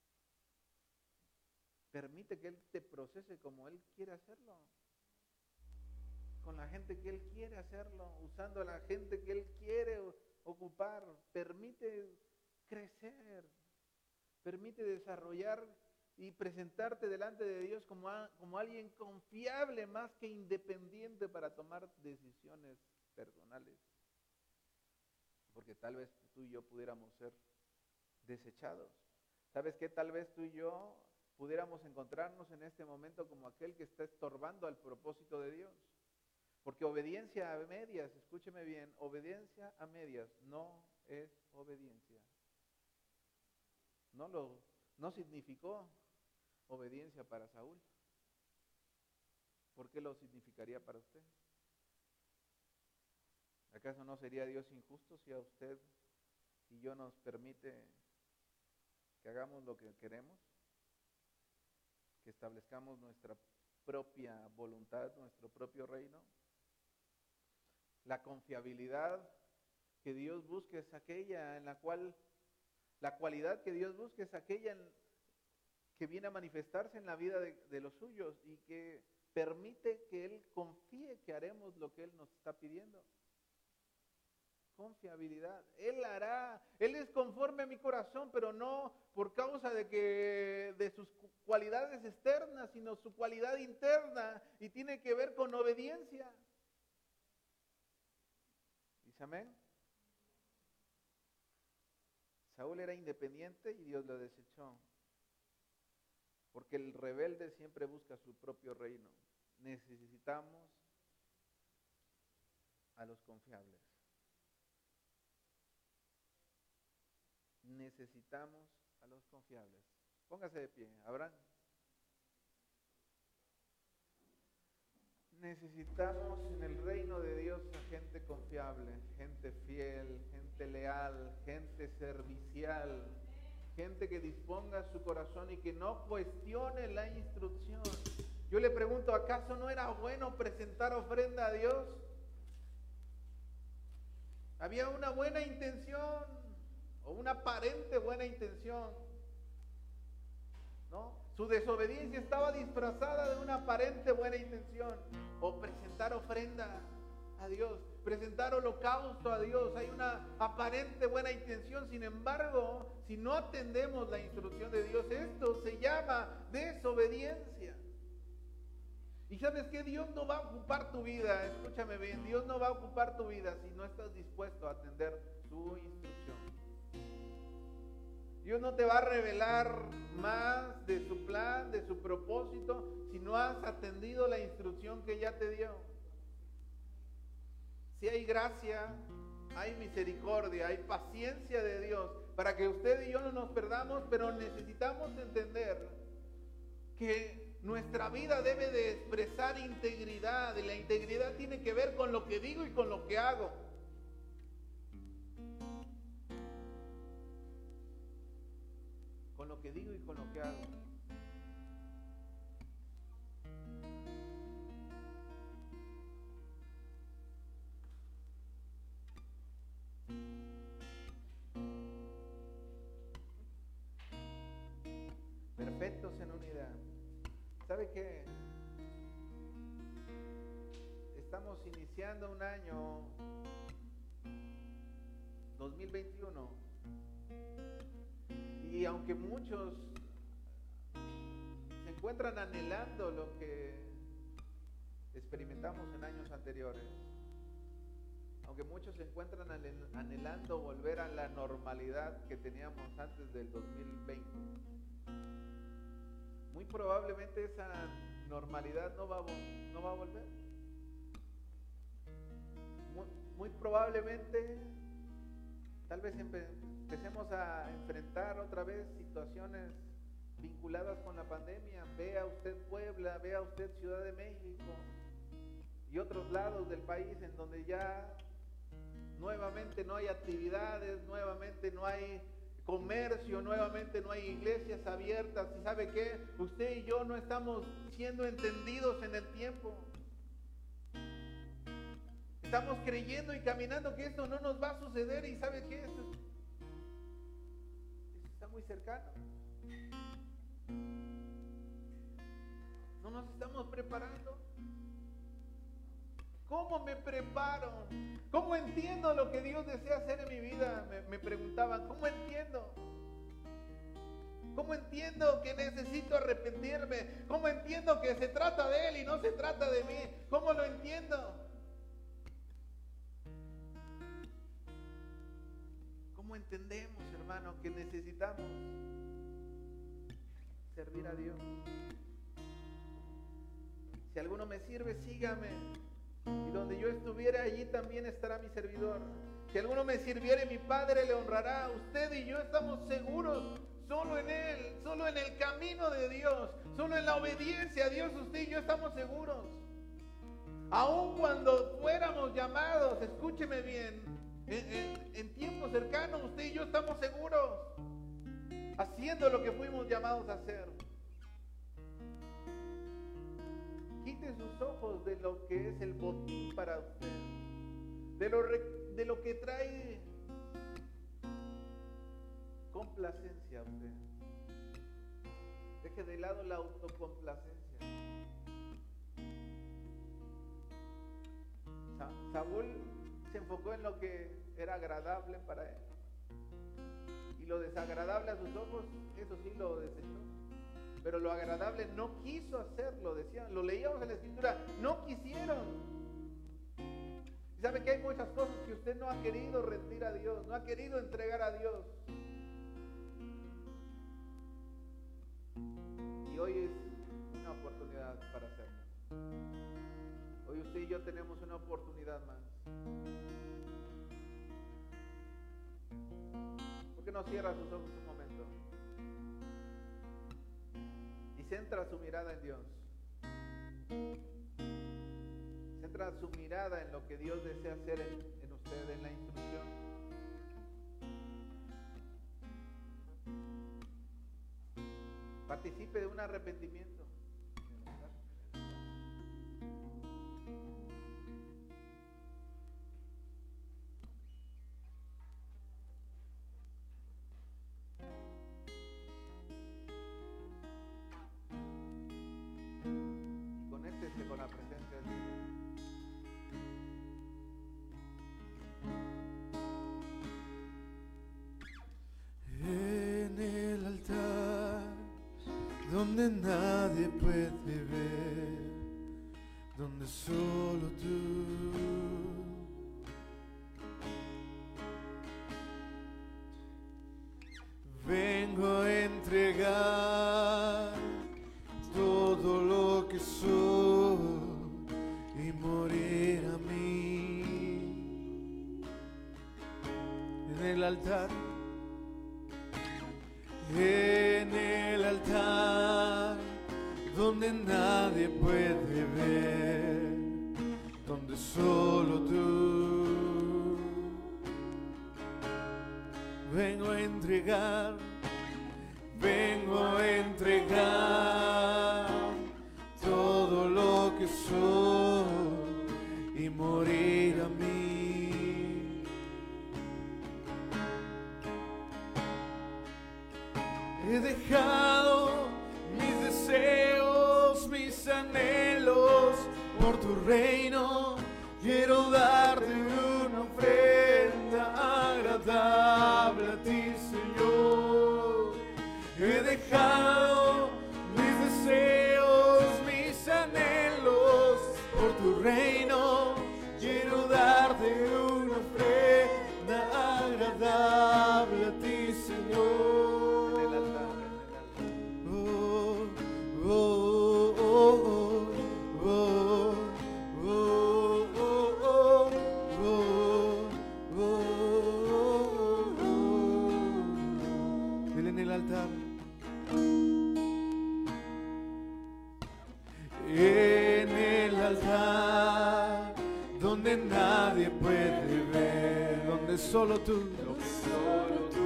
Permite que Él te procese como Él quiere hacerlo, con la gente que Él quiere hacerlo, usando a la gente que Él quiere ocupar. Permite crecer, permite desarrollar y presentarte delante de Dios como, a, como alguien confiable más que independiente para tomar decisiones personales. Porque tal vez tú y yo pudiéramos ser desechados. ¿Sabes qué? Tal vez tú y yo pudiéramos encontrarnos en este momento como aquel que está estorbando al propósito de Dios. Porque obediencia a medias, escúcheme bien, obediencia a medias no es obediencia. No lo, no significó obediencia para Saúl. ¿Por qué lo significaría para usted? ¿Acaso no sería Dios injusto si a usted y yo nos permite que hagamos lo que queremos? Que establezcamos nuestra propia voluntad, nuestro propio reino. La confiabilidad que Dios busca es aquella en la cual, la cualidad que Dios busca es aquella en, que viene a manifestarse en la vida de, de los suyos y que permite que Él confíe que haremos lo que Él nos está pidiendo. Confiabilidad. Él hará, Él es conforme a mi corazón, pero no por causa de que de sus cualidades externas, sino su cualidad interna, y tiene que ver con obediencia. ¿Dice amén? Saúl era independiente y Dios lo desechó, porque el rebelde siempre busca su propio reino. Necesitamos a los confiables. Necesitamos a los confiables. Póngase de pie, Abraham. Necesitamos en el reino de Dios a gente confiable, gente fiel, gente leal, gente servicial, gente que disponga su corazón y que no cuestione la instrucción. Yo le pregunto, ¿acaso no era bueno presentar ofrenda a Dios? Había una buena intención, o una aparente buena intención, ¿no? Su desobediencia estaba disfrazada de una aparente buena intención. O presentar ofrenda a Dios, presentar holocausto a Dios. Hay una aparente buena intención, sin embargo, si no atendemos la instrucción de Dios, esto se llama desobediencia. Y ¿sabes qué? Dios no va a ocupar tu vida, escúchame bien, Dios no va a ocupar tu vida si no estás dispuesto a atender su instrucción. Dios no te va a revelar más de su plan, de su propósito, si no has atendido la instrucción que ya te dio. Si hay gracia, hay misericordia, hay paciencia de Dios para que usted y yo no nos perdamos, pero necesitamos entender que nuestra vida debe de expresar integridad, y la integridad tiene que ver con lo que digo y con lo que hago. Con lo que digo y con lo que hago. Perfectos en unidad. ¿Sabe qué? Estamos iniciando un año dos mil veintiuno y aunque muchos se encuentran anhelando lo que experimentamos en años anteriores, aunque muchos se encuentran anhelando volver a la normalidad que teníamos antes del dos mil veinte, muy probablemente esa normalidad no va a, no va a volver. Muy, muy probablemente, tal vez empe empecemos a enfrentar otra vez situaciones vinculadas con la pandemia. Vea usted Puebla, vea usted Ciudad de México y otros lados del país en donde ya nuevamente no hay actividades, nuevamente no hay comercio, nuevamente no hay iglesias abiertas. ¿Y sabe qué? Usted y yo no estamos siendo entendidos en el tiempo. Estamos creyendo y caminando que esto no nos va a suceder, y ¿sabe qué? Esto, esto está muy cercano. No nos estamos preparando. ¿Cómo me preparo? ¿Cómo entiendo lo que Dios desea hacer en mi vida? Me, me preguntaban, ¿cómo entiendo? ¿Cómo entiendo que necesito arrepentirme? ¿Cómo entiendo que se trata de Él y no se trata de mí? ¿Cómo lo entiendo? ¿Cómo entendemos, hermano, que necesitamos servir a Dios? Si alguno me sirve, sígame. Y donde yo estuviera, allí también estará mi servidor. Si alguno me sirviere, mi Padre le honrará. Usted y yo estamos seguros solo en Él, solo en el camino de Dios, solo en la obediencia a Dios. Usted y yo estamos seguros. Aun cuando fuéramos llamados, escúcheme bien, en, en, en tiempo cercano, usted y yo estamos seguros, haciendo lo que fuimos llamados a hacer. Quite sus ojos de lo que es el botín para usted, de lo, de lo que trae complacencia a usted. Deje de lado la autocomplacencia. Sa Saúl se enfocó en lo que era agradable para él, y lo desagradable a sus ojos, eso sí lo desechó. Pero lo agradable no quiso hacerlo, decían, lo leíamos en la escritura, no quisieron. Y sabe que hay muchas cosas que usted no ha querido rendir a Dios, no ha querido entregar a Dios. Y hoy es una oportunidad para hacerlo. Hoy usted y yo tenemos una oportunidad más. ¿Por qué no cierra sus ojos un momento? Centra su mirada en Dios. Centra su mirada en lo que Dios desea hacer en, en usted, en la instrucción. Participe de un arrepentimiento. Con la presencia de Dios. En el altar donde nadie puede ver, donde solo tú, vengo a entregar todo lo que soy y morir a mí en el altar, en el altar donde nadie puede ver, donde solo tú. Vengo a entregar, vengo a entregar todo lo que soy y morir a mí. He dejado mis deseos, mis anhelos por tu reino. Quiero darte una ofrenda agradable a ti, Señor. dejado mis deseos, mis anhelos por tu reino. Quiero darte una ofrenda agradable a ti, Señor. En el altar, en el altar. Oh, oh, oh, oh, oh, oh, oh, oh, oh, oh. Dile en el altar. En el altar donde nadie puede ver, donde solo tú, donde solo tú,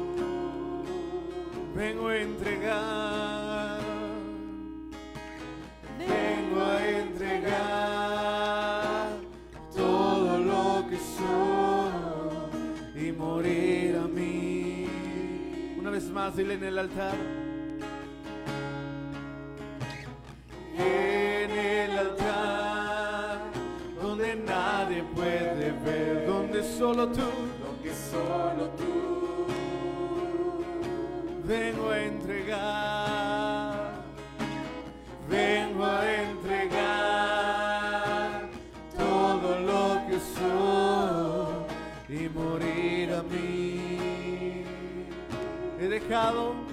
vengo a entregar, vengo a entregar todo lo que soy y morir a mí. Una vez más, dile en el altar. En el altar donde nadie puede ver, donde solo tú, donde solo tú, vengo a entregar, vengo a entregar todo lo que soy y morir a mí. He dejado